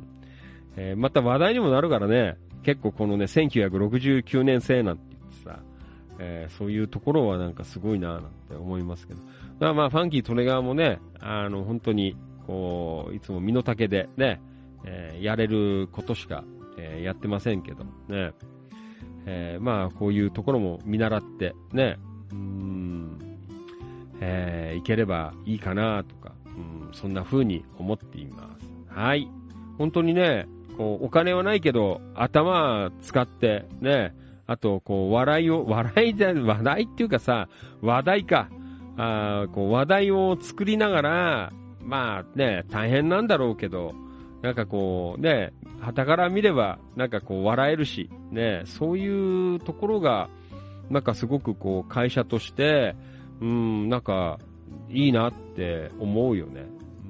[SPEAKER 2] えー、また話題にもなるからね、結構このねせんきゅうひゃくろくじゅうきゅうねん製なんて言ってさ。えー、そういうところはなんかすごいなぁなんて思いますけど。だからまあファンキー・トネガーもね、あの本当にこういつも身の丈でね、えー、やれることしか、えー、やってませんけどね、えー、まあこういうところも見習ってね、うーん、えー、いければいいかなとか、うん、そんな風に思っています。はい、本当にね、こうお金はないけど頭使ってね。あと、こう、笑いを、笑いで、話題っていうかさ、話題か。あこう話題を作りながら、まあね、大変なんだろうけど、なんかこう、ね、傍から見れば、なんかこう、笑えるし、ね、そういうところが、なんかすごくこう、会社として、うん、なんか、いいなって思うよね。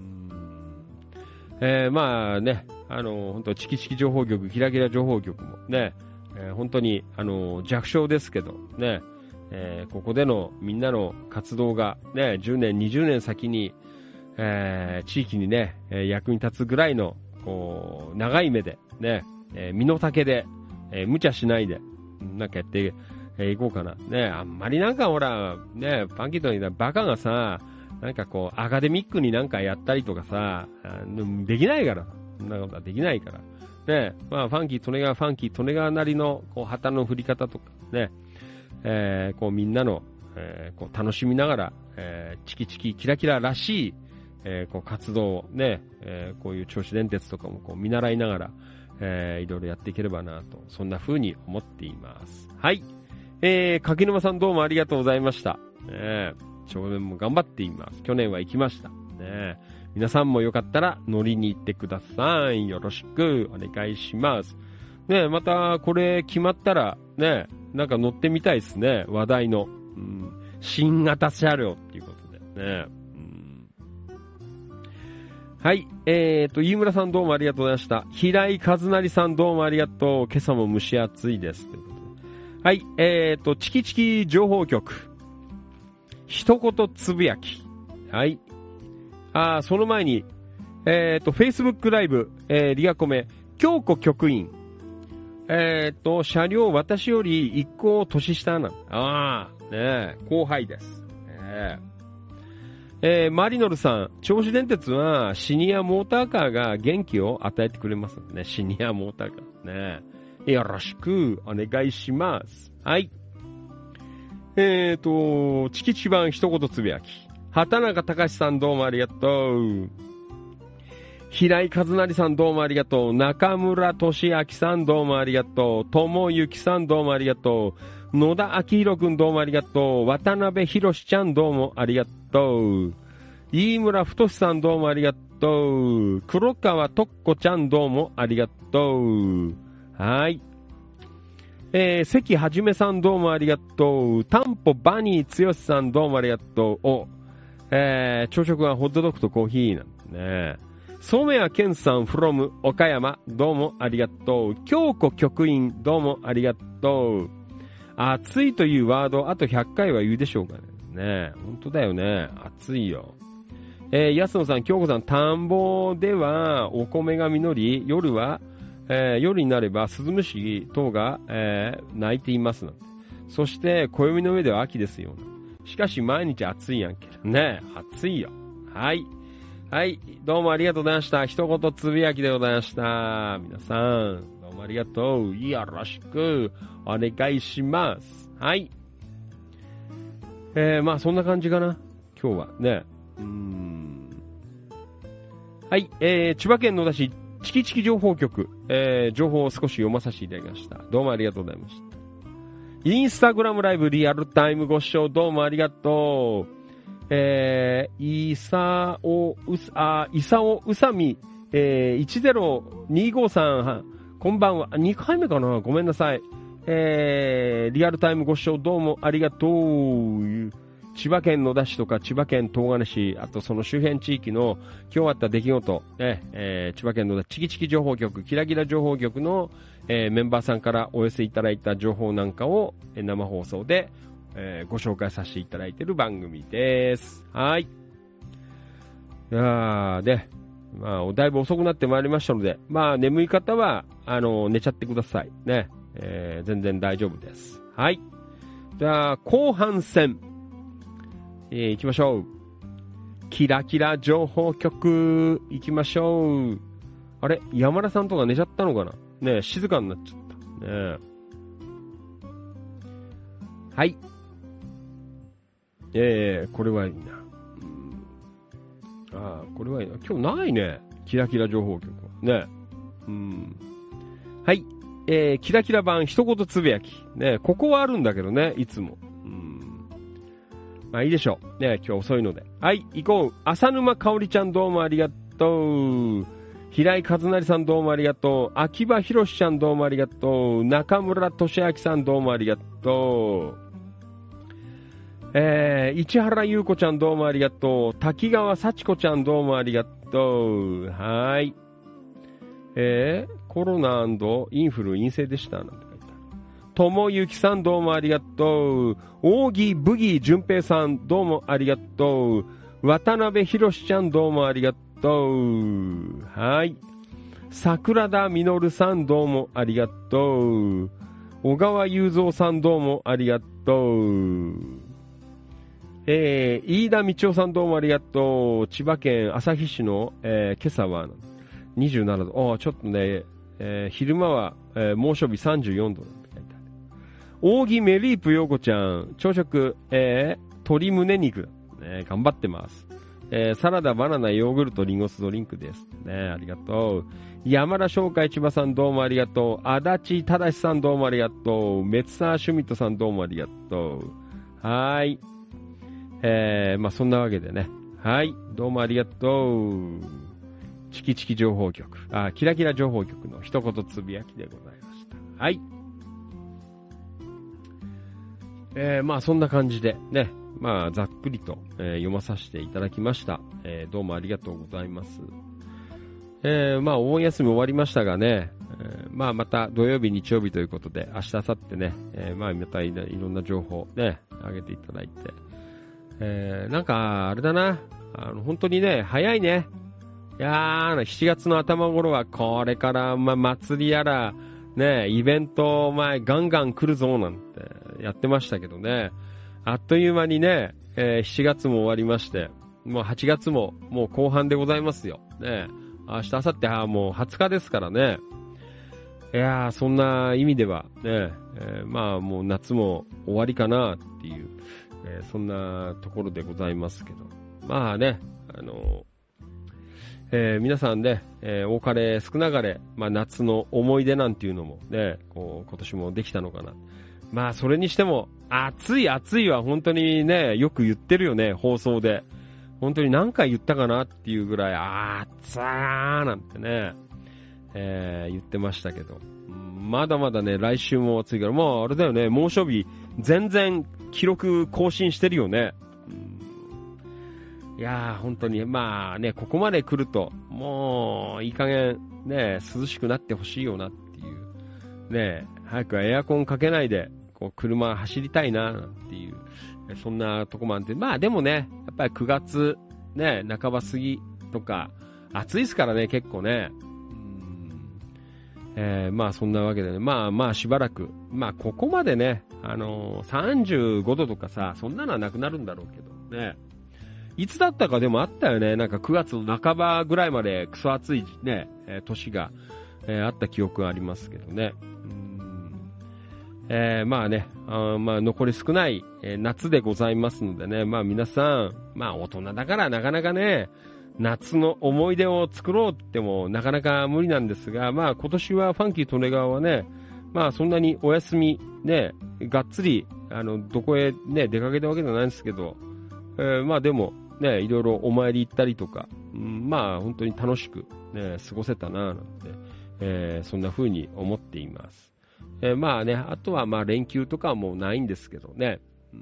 [SPEAKER 2] うん、えー、まあね、あの、本当チキチキ情報局、キラキラ情報局もね、えー、本当に、あのー、弱小ですけど、ね、えー、ここでのみんなの活動が、ね、じゅうねん、にじゅうねん先に、えー、地域にね、えー、役に立つぐらいの、こう、長い目で、ね、えー、身の丈で、えー、無茶しないで、なんかやってい、えー、いこうかな。ね、あんまりなんかほら、ね、パンキーとにバカがさ、なんかこう、アカデミックになんかやったりとかさ、できないから、そんなことはできないから。ね、まあ、ファンキー・トネガー、ファンキー・トネガーなりの、こう、旗の振り方とか、ね、えー、こう、みんなの、えー、こう、楽しみながら、えー、チキチキ、キラキラらしい、えー、こう、活動をね、えー、こういう銚子電鉄とかも、こう、見習いながら、えー、いろいろやっていければなと、そんな風に思っています。はい。えー、柿沼さんどうもありがとうございました。ね、少年も頑張っています。去年は行きました。ね、皆さんもよかったら乗りに行ってください。よろしくお願いします。ね、またこれ決まったらね、なんか乗ってみたいですね。話題の、うん、新型車両っていうことでね。うん、はい。えーと、飯村さんどうもありがとうございました。平井和成さんどうもありがとう。今朝も蒸し暑いです。ということで。はい。えーと、チキチキ情報局。一言つぶやき。はい。あ、その前に、えっと、Facebook ライブ、えー、リアコメ、京子局員、えっと、車両、私より一個年下なの。ああ、ねえ、後輩です。ねえー、マリノルさん、銚子電鉄はシニアモーターカーが元気を与えてくれますのでね、シニアモーターカーね。よろしくお願いします。はい。えーと、チキチキ版一言つぶやき。畑中隆さんどうもありがとう。平井和成さんどうもありがとう。中村俊明さんどうもありがとう。友幸さんどうもありがとう。野田明宏くんどうもありがとう。渡辺博ちゃんどうもありがとう。飯村太さんどうもありがとう。黒川とっこちゃんどうもありがとう。はい。えー、関はじめさんどうもありがとう。タンポバニーつよしさんどうもありがとう。お、えー、朝食はホットドッグとコーヒーなんね。染谷健さん from 岡山どうもありがとう。京子局員どうもありがとう。暑いというワードあとひゃっかいは言うでしょうかね。ねえ、本当だよね。暑いよ。えー、安野さん、京子さん、田んぼではお米が実り、夜はえー、夜になればスズムシ等が、えー、鳴いていますなんて。そして暦の上では秋ですよ。しかし毎日暑いやんけ。ねえ、暑いよ。はい。はい。どうもありがとうございました。一言つぶやきでございました。皆さん、どうもありがとう。よろしくお願いします。はい。えー、まあそんな感じかな。今日はね。うーん。はい。えー、千葉県野田市チキチキ情報局、えー、情報を少し読まさせていただきました。どうもありがとうございました。インスタグラムライブリアルタイムご視聴どうもありがとう。えー、いさおうさ、あ、いさおうさみ、えー、いちぜろにごさん、こんばんは。にかいめかな、ごめんなさい。えー、リアルタイムご視聴どうもありがとう。千葉県野田市とか千葉県東金市、あとその周辺地域の今日あった出来事、ねえー、千葉県野田チキチキ情報局、キラキラ情報局の、えー、メンバーさんからお寄せいただいた情報なんかを、えー、生放送で、えー、ご紹介させていただいている番組です。はい。いやーで、まあ、だいぶ遅くなってまいりましたので、まあ、眠い方は、あのー、寝ちゃってください。ね。えー、全然大丈夫です。はい。じゃあ、後半戦。えー、行きましょう。キラキラ情報局行きましょう。あれ山田さんとか寝ちゃったのかなねえ、静かになっちゃった。ねえ。はい。えー、これはいいな。うん、ああ、これはいいな。今日ないね。キラキラ情報局は。ねうん。はい。えー、キラキラ版一言つぶやき。ねここはあるんだけどね、いつも。まあいいでしょう。ね今日遅いので。はい、行こう。浅沼香織ちゃんどうもありがとう。平井和成さんどうもありがとう。秋葉博ちゃんどうもありがとう。中村俊明さんどうもありがとう。えー、市原優子ちゃんどうもありがとう。滝川幸子ちゃんどうもありがとう。はい。えー、コロナ&インフル陰性でした。なんて書いてある。友幸さんどうもありがとう。扇ブギー淳平さんどうもありがとう。渡辺博ちゃんどうもありがとう。はい。桜田実さんどうもありがとう。小川雄三さんどうもありがとう。えー、飯田道夫さんどうもありがとう。千葉県旭市の、えー、今朝はにじゅうななど。あちょっとね、えー、昼間は、えー、猛暑日さんじゅうよんどなんて書いてある。扇メリープ陽子ちゃん、朝食、えー、鶏胸肉、ね、頑張ってます。えー、サラダ、バナナ、ヨーグルト、リンゴ酢ドリンクです。ね、ありがとう。山田翔海千葉さんどうもありがとう。足立正さんどうもありがとう。メツサーシュミットさんどうもありがとう。はーい。えー、まあそんなわけでね。はい。どうもありがとう。チキチキ情報局。あ、キラキラ情報局の一言つぶやきでございました。はい。えー、まあそんな感じでね。まあざっくりと、えー、読まさせていただきました。えー、どうもありがとうございます。えー、まあお盆休み終わりましたがね。えー、まあまた土曜日日曜日ということで明日明後日ね。えー、まあまたいろんな情報ね、あげていただいて。えー、なんか、あれだな。あの、本当にね、早いね。いやー、しちがつの頭頃は、これから、まあ、祭りやら、ね、イベント、お前、ガンガン来るぞ、なんて、やってましたけどね。あっという間にね、えー、しちがつも終わりまして、 もうはちがつももう後半でございますよ。ね、明日、明後日はもうはつかですからね。いやー、そんな意味ではね、えー、まあもう夏も終わりかなっていう、えー、そんなところでございますけど。まあね、あのーえー、皆さんね、えー、多かれ少なかれ、まあ夏の思い出なんていうのもね、こう今年もできたのかな。まあそれにしても、暑い暑いは本当にね、よく言ってるよね、放送で。本当に何回言ったかなっていうぐらい、あー、暑ーなんてね、えー、言ってましたけど。まだまだね、来週も暑いから、まああれだよね、猛暑日、全然記録更新してるよね。いやー、本当に、まあね、ここまで来ると、もう、いい加減、ね、涼しくなってほしいよなっていう。ね、早くエアコンかけないで、こう、車走りたいな、なんていう、そんなとこもあって、まあでもね、やっぱりくがつ、ね、半ば過ぎとか、暑いですからね、結構ね。えー、まあそんなわけでね、まあまあしばらく、まあここまでね、あのー、さんじゅうごどとかさ、そんなのはなくなるんだろうけどね。いつだったかでもあったよね。なんかくがつの半ばぐらいまでクソ暑いね、えー、年が、えー、あった記憶がありますけどね。うーん、えー、まあね、あまあ残り少ない、えー、夏でございますのでね、まあ皆さん、まあ大人だからなかなかね、夏の思い出を作ろうってもなかなか無理なんですが、まあ今年はファンキー利根川はね、まあそんなにお休みね、がっつり、あの、どこへね、出かけたわけじゃないんですけど、えー、まあでもね、いろいろお参り行ったりとか、うん、まあ本当に楽しくね、過ごせたな、なんて、えー、そんな風に思っています。えー、まあね、あとはまあ連休とかはもうないんですけどね、うん、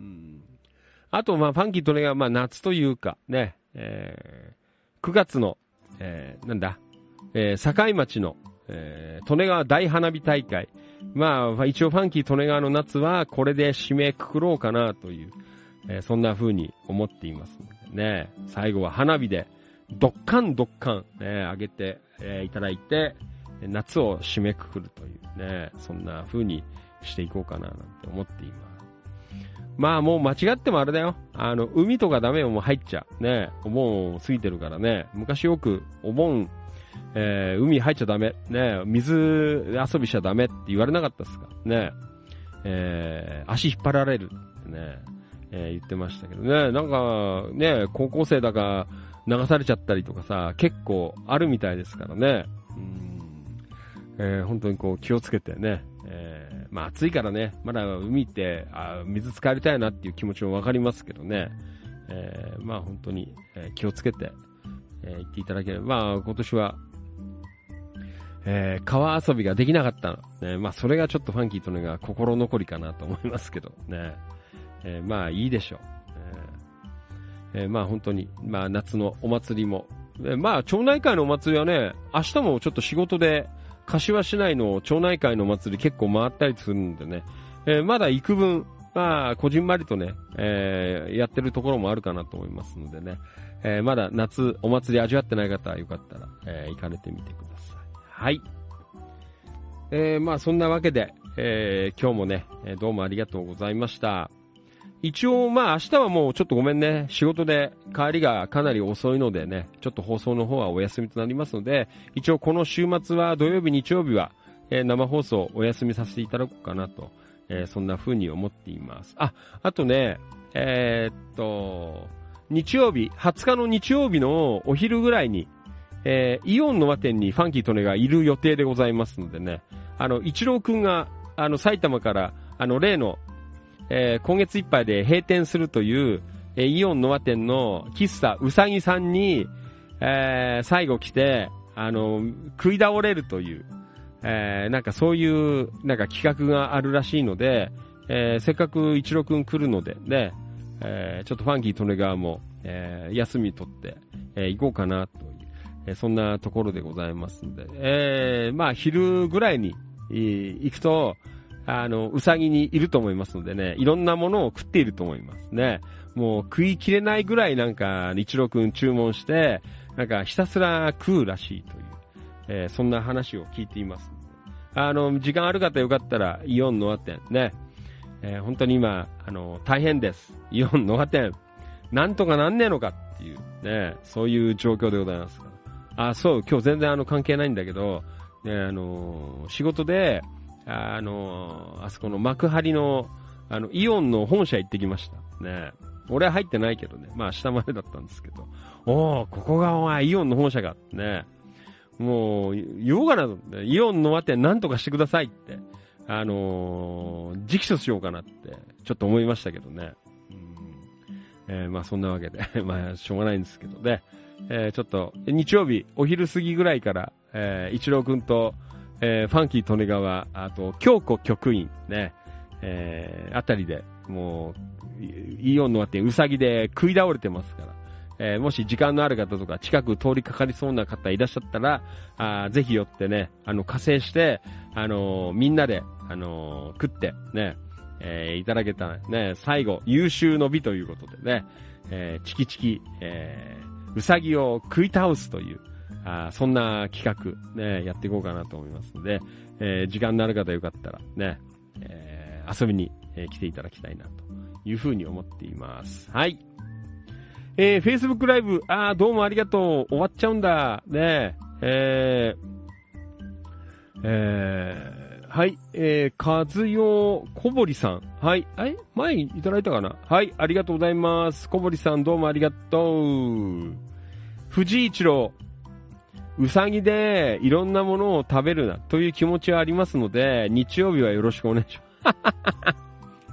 [SPEAKER 2] あとまあファンキー利根川はまあ夏というかね、えーくがつの、えー、なんだ、えー、境町の、えー、利根川大花火大会。まあ、一応ファンキー利根川の夏はこれで締めくくろうかなという、えー、そんな風に思っていますのでね。最後は花火で、ドッカンドッカン、ね、上げて、えー、いただいて、夏を締めくくるというね、そんな風にしていこうかななんて思っています。まあもう間違ってもあれだよ。あの、海とかダメよ、もう入っちゃう。ね。お盆過ぎてるからね。昔よく、お盆、えー、海入っちゃダメ。ね。水遊びしちゃダメって言われなかったですかね。えー、足引っ張られるってね、えー、言ってましたけどね。なんか、ね、高校生だか流されちゃったりとかさ、結構あるみたいですからね。うん、えー、本当にこう気をつけてね。えー、まあ暑いからね、まだ海ってあ水使いたいなっていう気持ちもわかりますけどね、えー、まあ本当に、えー、気をつけて、えー、行っていただければ、まあ今年は、えー、川遊びができなかったの、ね、まあそれがちょっとファンキーとのが心残りかなと思いますけどね、えー、まあいいでしょう、えーえー、まあ本当に、まあ夏のお祭りも、えー、まあ町内会のお祭りはね、明日もちょっと仕事で柏市内の町内会のお祭り結構回ったりするんでね、えー、まだ幾分、まあ、こじんまりとね、えー、やってるところもあるかなと思いますのでね、えー、まだ夏お祭り味わってない方はよかったら、えー、行かれてみてください。はい。えー、まあそんなわけで、えー、今日もね、どうもありがとうございました。一応まあ明日はもうちょっとごめんね、仕事で帰りがかなり遅いのでね、ちょっと放送の方はお休みとなりますので、一応この週末は土曜日日曜日は、えー、生放送お休みさせていただこうかなと、えー、そんな風に思っています。あ、あとね、えー、っと日曜日はつかの日曜日のお昼ぐらいに、えー、イオンの和店にファンキートネがいる予定でございますのでね、あの一郎くんがあの埼玉からあの例のえー、今月いっぱいで閉店するという、えー、イオンノア店の喫茶うさぎさんに、えー、最後来て、あの、食い倒れるという、えー、なんかそういう、なんか企画があるらしいので、えー、せっかく一郎くん来るので、ね、えー、ちょっとファンキー利根川も、えー、休み取って、えー、行こうかなという、えー、そんなところでございますので、えー、まあ昼ぐらいに、えー、行くと、あの、うさぎにいると思いますのでね、いろんなものを食っていると思いますね。もう食い切れないぐらいなんか、一郎くん注文して、なんかひたすら食うらしいという、えー、そんな話を聞いています。あの、時間ある方よかったら、イオンノア店ね、えー、本当に今、あの、大変です。イオンノア店。なんとかなんねえのかっていう、 ね、そういう状況でございますから。あ、そう、今日全然あの関係ないんだけど、ね、あのー、仕事で、あのー、あそこの幕張の、あの、イオンの本社行ってきました。ね。俺は入ってないけどね。まあ下までだったんですけど。おー、ここがお前イオンの本社か。ね。もう、言おうかなと思って、イオンのって何とかしてくださいって、あのー、直訴しようかなって、ちょっと思いましたけどね。うん、えー、まあそんなわけで、まあしょうがないんですけどね。えー、ちょっと、日曜日、お昼過ぎぐらいから、えー、一郎くんと、えー、ファンキー利根川、あと、京子局員、ね、えー、あたりで、もう、イオンのってうさぎで食い倒れてますから、えー、もし時間のある方とか、近く通りかかりそうな方いらっしゃったら、あぜひ寄ってね、あの、加勢して、あのー、みんなで、あのー、食って、ね、えー、いただけたら、ね、最後、優秀の美ということでね、えー、チキチキ、えー、うさぎを食い倒すという、あそんな企画、ね、やっていこうかなと思いますので、えー、時間のある方よかったら、ね、えー、遊びに、えー、来ていただきたいなというふうに思っています。はい。えー、Facebook ライブ、あー、どうもありがとう。終わっちゃうんだ。ねえ、ー、えー、はい、えー、かずよこぼりさん。はい、え、前いただいたかな。はい、ありがとうございます。こぼりさん、どうもありがとう。藤井一郎。うさぎでいろんなものを食べるなという気持ちはありますので、日曜日はよろしくお願いします。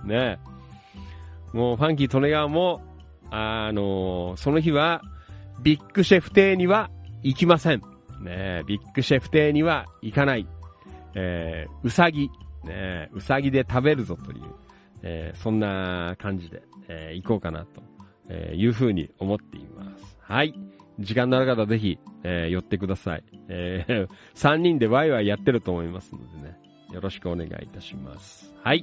[SPEAKER 2] ねえ。もうファンキー利根川も、あのー、その日は、ビッグシェフ亭には行きません。ねえ、ビッグシェフ亭には行かない。えー、うさぎ、ねえ、うさぎで食べるぞという、えー、そんな感じで、えー、行こうかなと、えー、いうふうに思っています。はい。時間のある方ぜひ、えー、寄ってください。えー、さんにんでワイワイやってると思いますのでね。よろしくお願いいたします。はい。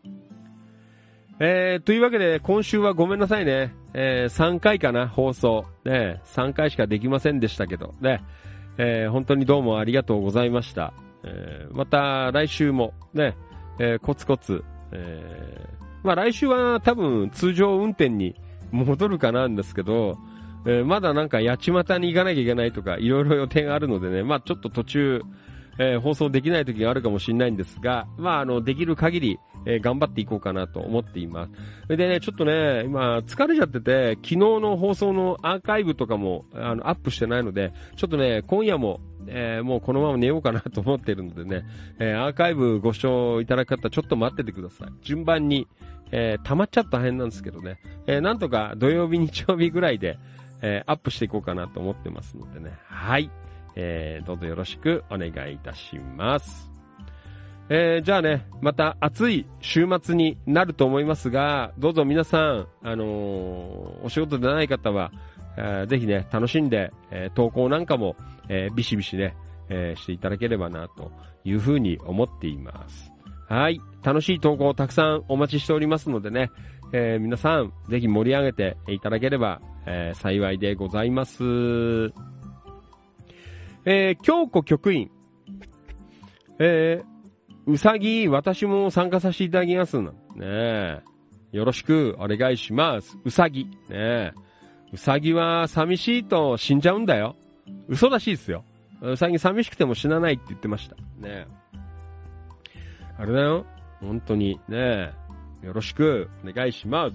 [SPEAKER 2] えー、というわけで、今週はごめんなさいね。えー、さんかいかな、放送。ね、さんかいしかできませんでしたけど、ね、えー、本当にどうもありがとうございました。えー、また来週も、ね、えー、コツコツ、えー、まあ来週は多分通常運転に戻るかなんですけど、えー、まだなんか八街に行かなきゃいけないとか、いろいろ予定があるのでね、まあちょっと途中、えー、放送できない時があるかもしれないんですが、まああの、できる限り、えー、頑張っていこうかなと思っています。でね、ちょっとね、今疲れちゃってて、昨日の放送のアーカイブとかも、あの、アップしてないので、ちょっとね、今夜も、えー、もうこのまま寝ようかなと思っているのでね、えー、アーカイブご視聴いただく方、ちょっと待っててください。順番に、えー、溜まっちゃった変なんですけどね、えー、なんとか土曜日、日曜日ぐらいで、えー、アップしていこうかなと思ってますのでね。はい。えー、どうぞよろしくお願いいたします。えー、じゃあね、また暑い週末になると思いますが、どうぞ皆さん、あのー、お仕事でない方は、えー、ぜひね、楽しんで、えー、投稿なんかも、えー、ビシビシね、えー、していただければな、というふうに思っています。はい。楽しい投稿をたくさんお待ちしておりますのでね、えー、皆さん、ぜひ盛り上げていただければ、えー、幸いでございます。えー、京子局員。えー、うさぎ、私も参加させていただきますの。ねえ。よろしくお願いします。うさぎ。ねえ。うさぎは寂しいと死んじゃうんだよ。嘘らしいですよ。うさぎ寂しくても死なないって言ってました。ねえ。あれだよ。本当に。ねえ。よろしくお願いします。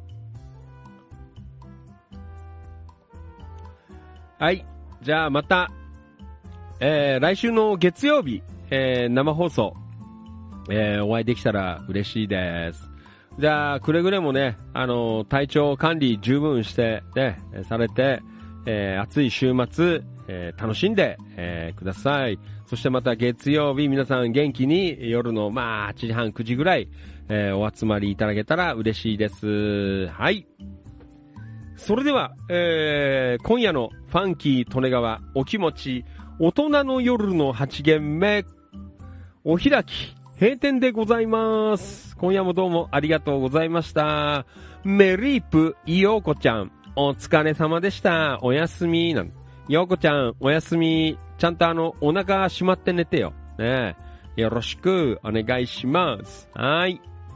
[SPEAKER 2] はい。じゃあまた、えー、来週の月曜日、えー、生放送、えー、お会いできたら嬉しいです。じゃあ、くれぐれもね、あのー、体調管理十分して、ね、されて、えー、暑い週末、えー、楽しんで、えー、ください。そしてまた月曜日、皆さん元気に夜の、まあ、はちじはん、くじぐらい、えー、お集まりいただけたら嬉しいです。はい。それでは、えー、今夜のファンキー利根川お気持ち、大人の夜のはち限目、お開き、閉店でございます。今夜もどうもありがとうございました。メリープ、ヨーコちゃん、お疲れ様でした。おやすみ。なんヨーコちゃん、おやすみ。ちゃんとあの、お腹しまって寝てよ。ねえ。よろしくお願いします。はい。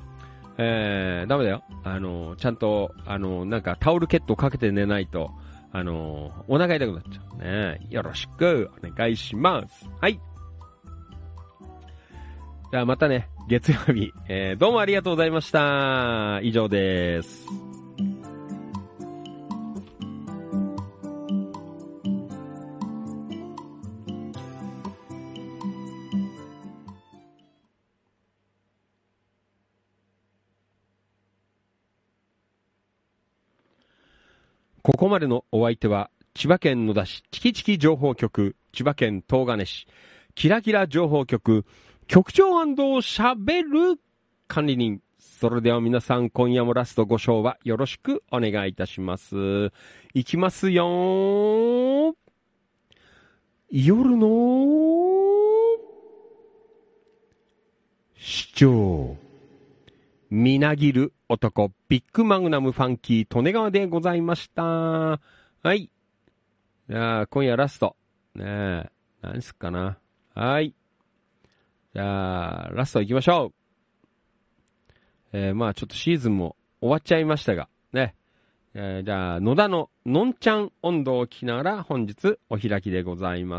[SPEAKER 2] えー、ダメだよ。あの、ちゃんと、あの、なんかタオルケットかけて寝ないと、 あのー、お腹痛くなっちゃうね。よろしくお願いします。はい。じゃあまたね、月曜日、えー、どうもありがとうございました。以上です。ここまでのお相手は、千葉県野田市チキチキ情報局、千葉県東金市、キラキラ情報局、局長&しゃべる管理人。それでは皆さん、今夜もラストご唱和よろしくお願いいたします。いきますよー。夜の市長。みなぎる男、ビッグマグナムファンキー、利根川でございました。はい。じゃあ、今夜ラスト。ねえ、何すっかな。はい。じゃあ、ラスト行きましょう。えー、まあちょっとシーズンも終わっちゃいましたが、ね。えー、じゃあ、野田ののんちゃん温度を聞きながら本日お開きでございます。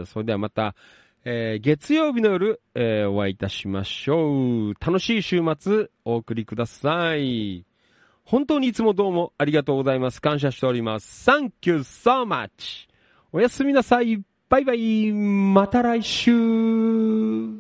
[SPEAKER 2] それではまた、えー、月曜日の夜、えー、お会いいたしましょう。楽しい週末お送りください。本当にいつもどうもありがとうございます。感謝しております。Thank you so much. おやすみなさい。バイバイ。また来週。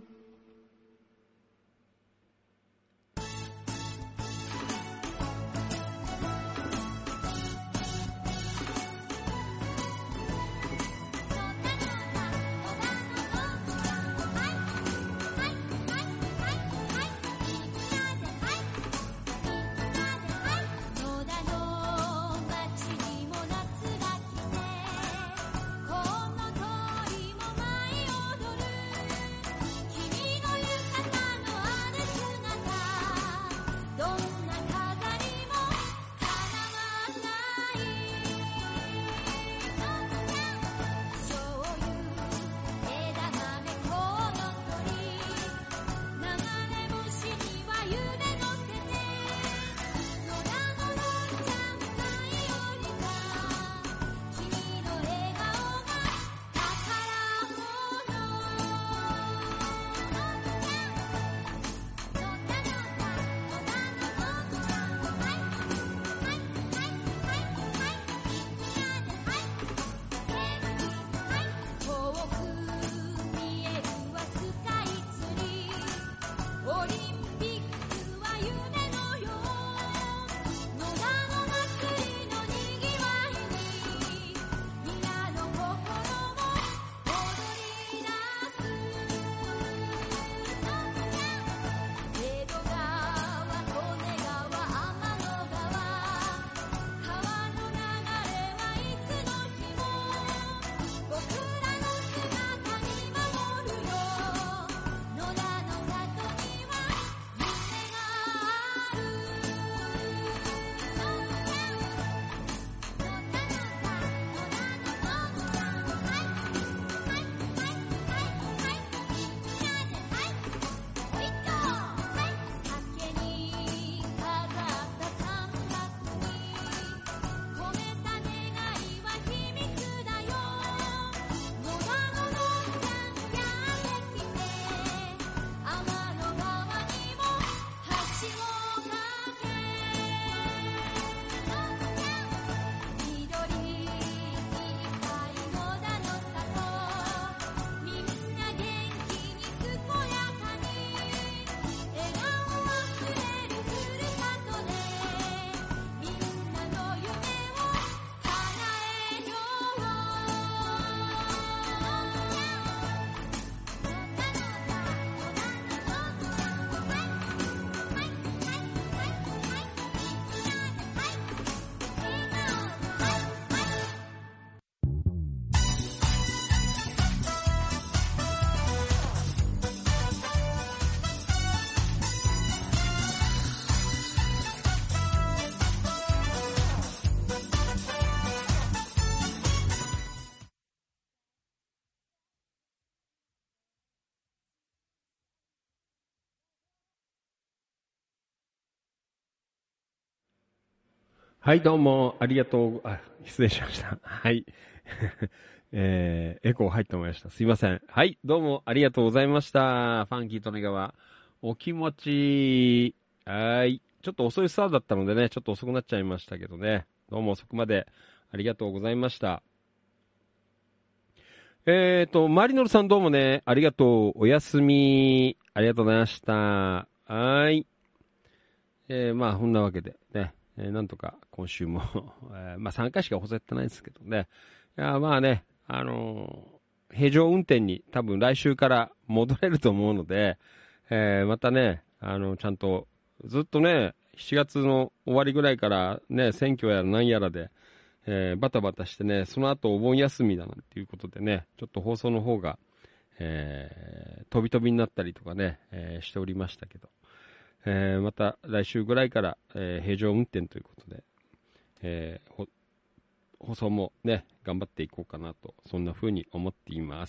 [SPEAKER 2] はい、どうも、ありがとう。あ、失礼しました。はい。えー、エコー入ってました。すいません。はい、どうも、ありがとうございました。ファンキー利根川。お気持ちいい。はい。ちょっと遅いスタートだったのでね、ちょっと遅くなっちゃいましたけどね。どうも遅くまでありがとうございました。えーと、マリノルさんどうもね、ありがとう。おやすみ。ありがとうございました。はーい。えー、まあ、こんなわけでね。えー、なんとか今週も、えー、まあさんかいしか放送やってないですけどね。いやまあね、あのー、平常運転に多分来週から戻れると思うので、えー、またね、あの、ちゃんと、ずっとね、しちがつの終わりぐらいからね、選挙やら何やらで、えー、バタバタしてね、その後お盆休みだなんていうことでね、ちょっと放送の方が、えー、飛び飛びになったりとかね、えー、しておりましたけど、えー、また来週ぐらいから、えー、平常運転ということで、えー、放送もね、頑張っていこうかなと、そんな風に思っています。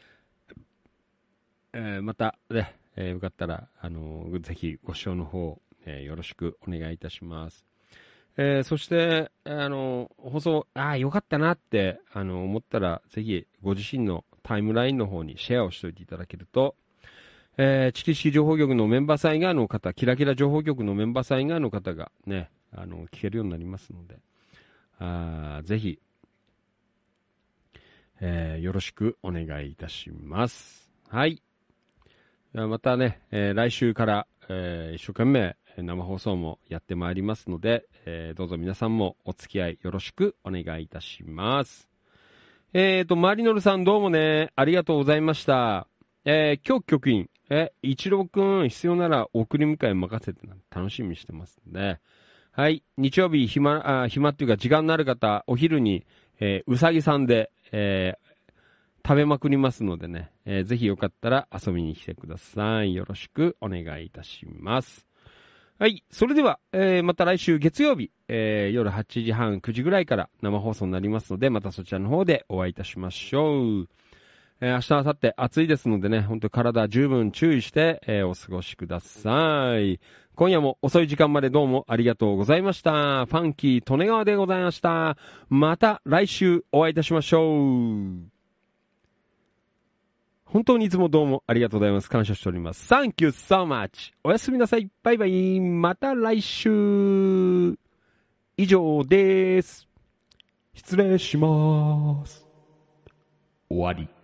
[SPEAKER 2] えー、またね、えー、よかったら、あのー、ぜひご視聴の方、えー、よろしくお願いいたします。えー、そして、あのー、放送、ああ、よかったなって、あのー、思ったら、ぜひご自身のタイムラインの方にシェアをしておいていただけると、えー、知識情報局のメンバーさん以外の方、キラキラ情報局のメンバーさん以外の方がね、あの、聞けるようになりますので、あぜひ、えー、よろしくお願いいたします。はい。またね、えー、来週から、えー、一生懸命生放送もやってまいりますので、えー、どうぞ皆さんもお付き合いよろしくお願いいたします。えーと、マリノルさんどうもね、ありがとうございました。えー、今日局員、え、一郎くん必要なら送り迎え任せて楽しみにしてますんで、はい、日曜日暇、あ、暇っていうか時間のある方、お昼に、えー、うさぎさんで、えー、食べまくりますのでね、えー、ぜひよかったら遊びに来てください。よろしくお願いいたします。はい。それでは、えー、また来週月曜日、えー、夜はちじはん、くじぐらいから生放送になりますので、またそちらの方でお会いいたしましょう。えー、明日、明後日暑いですのでね、本当体十分注意して、えー、お過ごしください。今夜も遅い時間までどうもありがとうございました。ファンキー利根川でございました。また来週お会いいたしましょう。本当にいつもどうもありがとうございます。感謝しております。Thank you so much. おやすみなさい。バイバイ。また来週。以上です。失礼します。終わり。